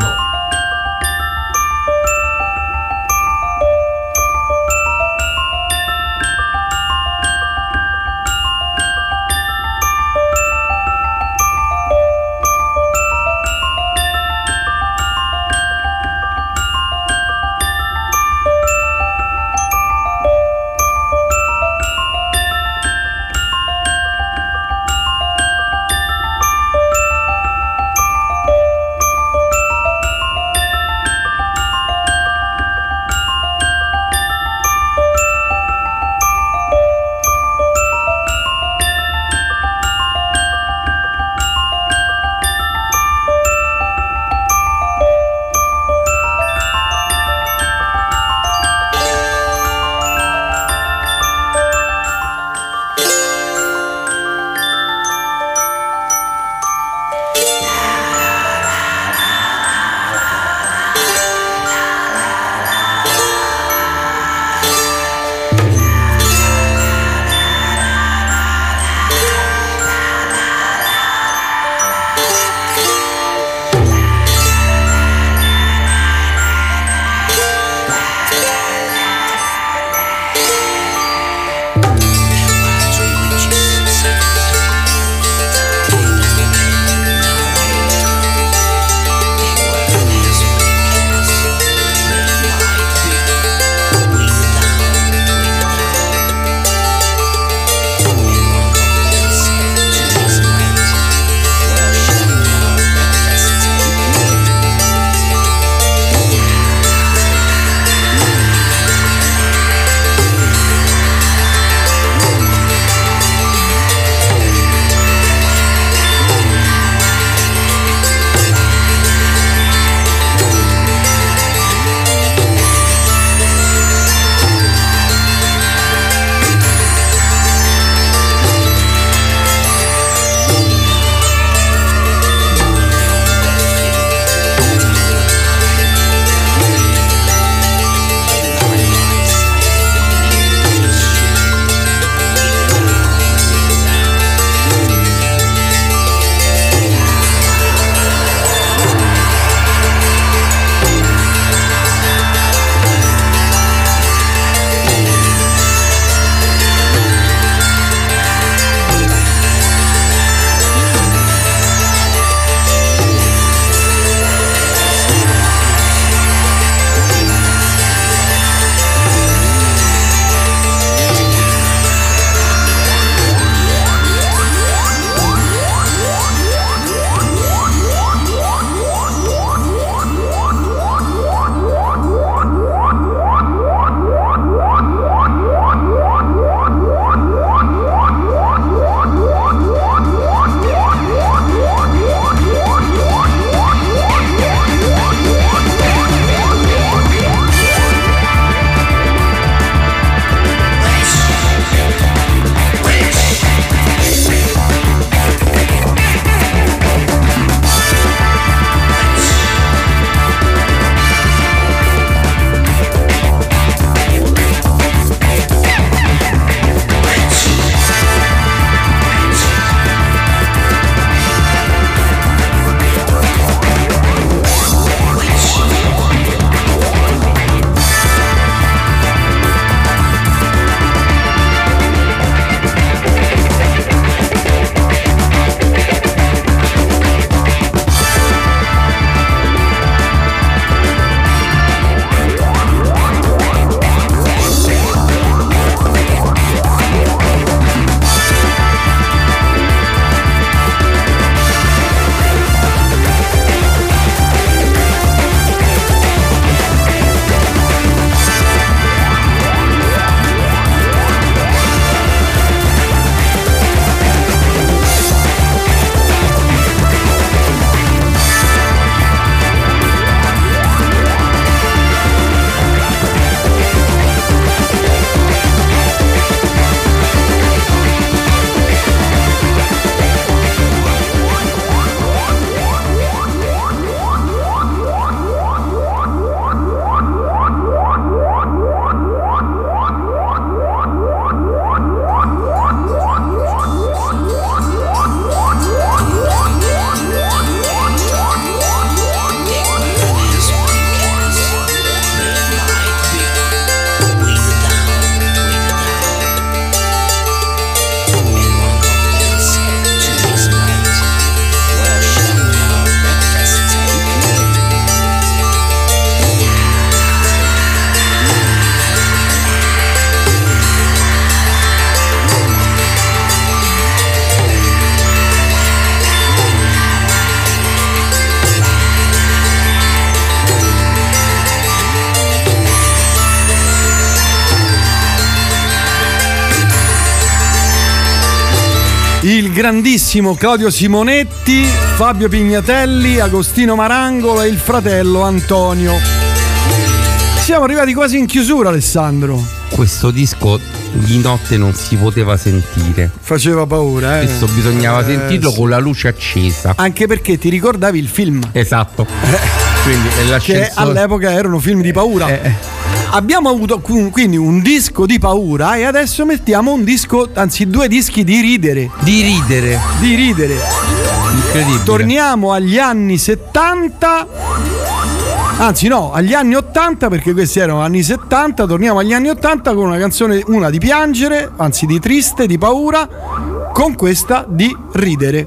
il grandissimo Claudio Simonetti, Fabio Pignatelli, Agostino Marangolo e il fratello Antonio. Siamo arrivati quasi in chiusura, Alessandro. Questo disco di notte non si poteva sentire. Faceva paura, eh. Questo bisognava eh, sentirlo sì. con la luce accesa. Anche perché ti ricordavi il film. Esatto. Quindi che all'epoca erano film di paura. Eh, eh. Abbiamo avuto quindi un disco di paura e adesso mettiamo un disco, anzi due dischi di ridere. Di ridere. Di ridere. Incredibile. Torniamo agli anni settanta. Anzi no, agli anni ottanta, perché questi erano anni settanta. Torniamo agli anni ottanta con una canzone, una di piangere, anzi di triste, di paura, con questa di ridere.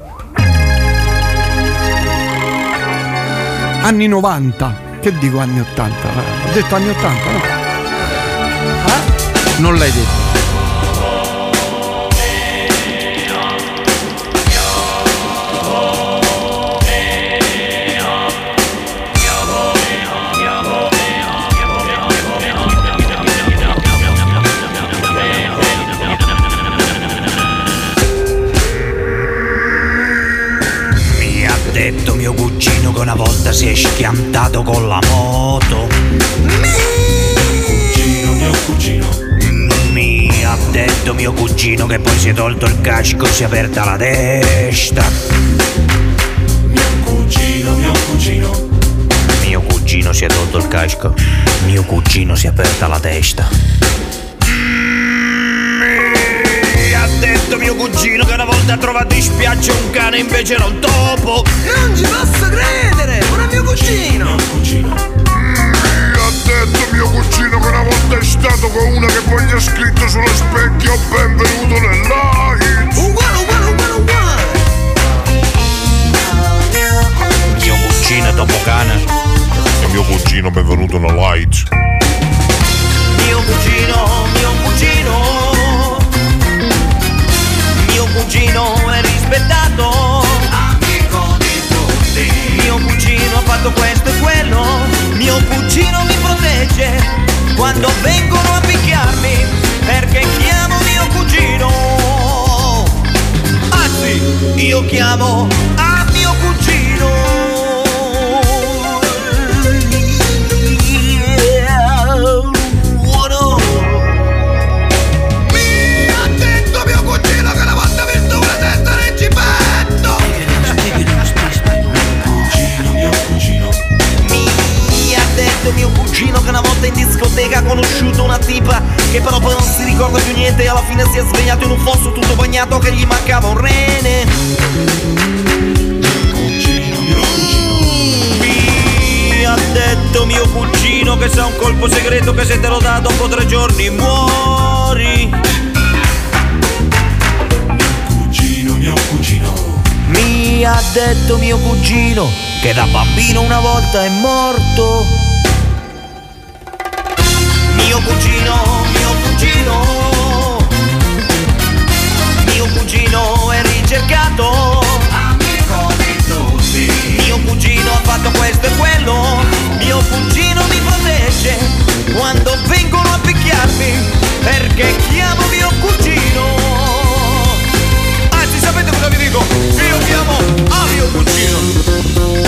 Anni novanta. Che dico anni ottanta? Ho detto anni ottanta, no? Non l'hai detto. Mi ha detto mio cugino che una volta si è schiantato con la moto. Mi ha detto mio cugino che poi si è tolto il casco e si è aperta la testa. Mio cugino, mio cugino. Mio cugino si è tolto il casco. Mio cugino si è aperta la testa. Mi ha detto mio cugino che una volta ha trovato in spiaggia un cane invece era un topo. Non ci posso credere, pure mio cugino. Mio cugino. Ha detto mio cugino che una volta è stato con una che poi gli ha scritto sullo specchio benvenuto nell'A I D. Uguale, uguale, uguale, uguale. Mio cugino è dopo cane. E mio cugino benvenuto nell'A I D. Mio cugino, mio cugino. Mio cugino è rispettato. Amico di tutti. Mio cugino ha fatto questo e quello. Mio cugino mi protegge quando vengono a picchiarmi, perché chiamo mio cugino. Anzi, io chiamo a mio cugino. Mi ha detto mio cugino che una volta ha visto una testa nel cipetto. Mio cugino. Mi ha detto mio cugino che una volta in discoteca ha conosciuto una tipa che però poi non si ricorda più niente e alla fine si è svegliato in un fosso tutto bagnato che gli mancava un rene. Mi ha detto mio cugino che se ha un colpo segreto che se te lo dà dopo tre giorni muori. Mio cugino, mio cugino. Mi ha detto mio cugino che da bambino una volta è morto. Mio cugino, mio cugino. Mio cugino è ricercato. Amico di tutti. Mio cugino ha fatto questo e quello. Mio cugino mi protegge quando vengono a picchiarmi, perché chiamo mio cugino. Anzi, sapete cosa vi dico? Io chiamo a mio cugino.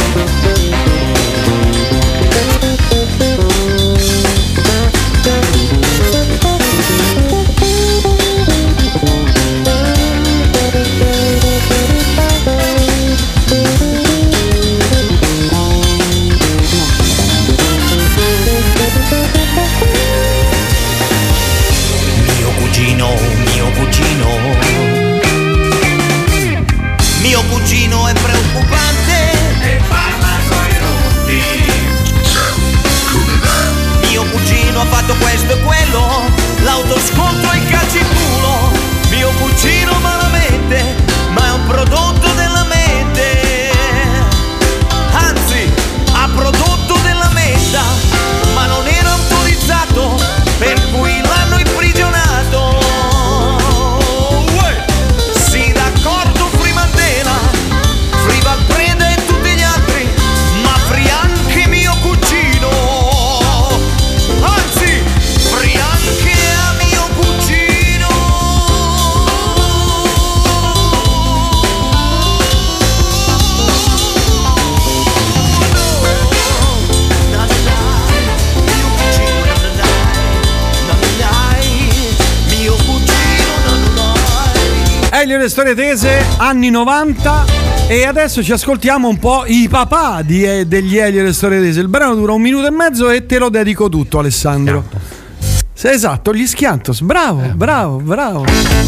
Elio e le storie tese, anni novanta. E adesso ci ascoltiamo un po' i papà di, eh, degli Elio e le storie tese. Il brano dura un minuto e mezzo e te lo dedico tutto, Alessandro. Sì, esatto, gli Schiantos. Bravo, eh. bravo, bravo.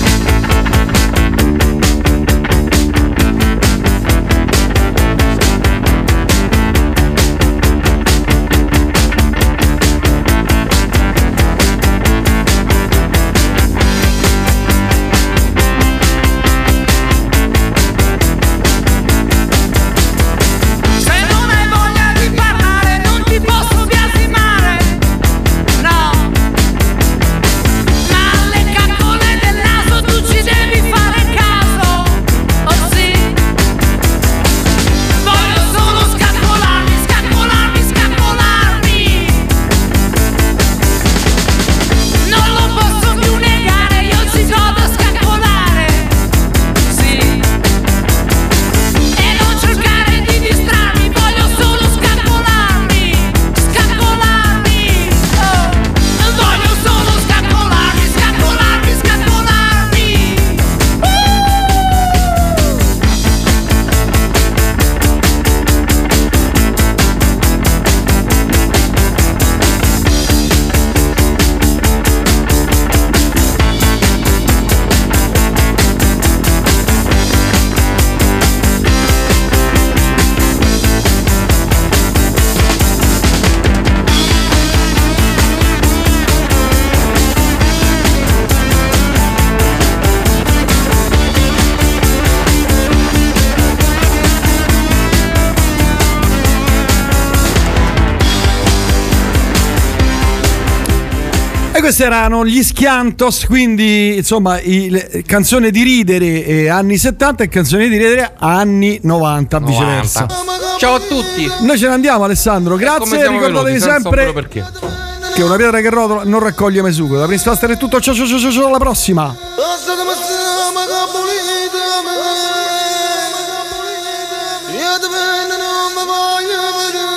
Questi erano gli Schiantos, quindi insomma i, le, canzone di ridere eh, anni settanta e canzone di ridere anni novanta, novanta. Viceversa. Ciao a tutti. Noi ce ne andiamo, Alessandro, grazie, ricordatevi sempre che una pietra che rotola non raccoglie mai sugo. Da Prince Faster è tutto, ciao ciao ciao ciao, alla prossima. Yeah,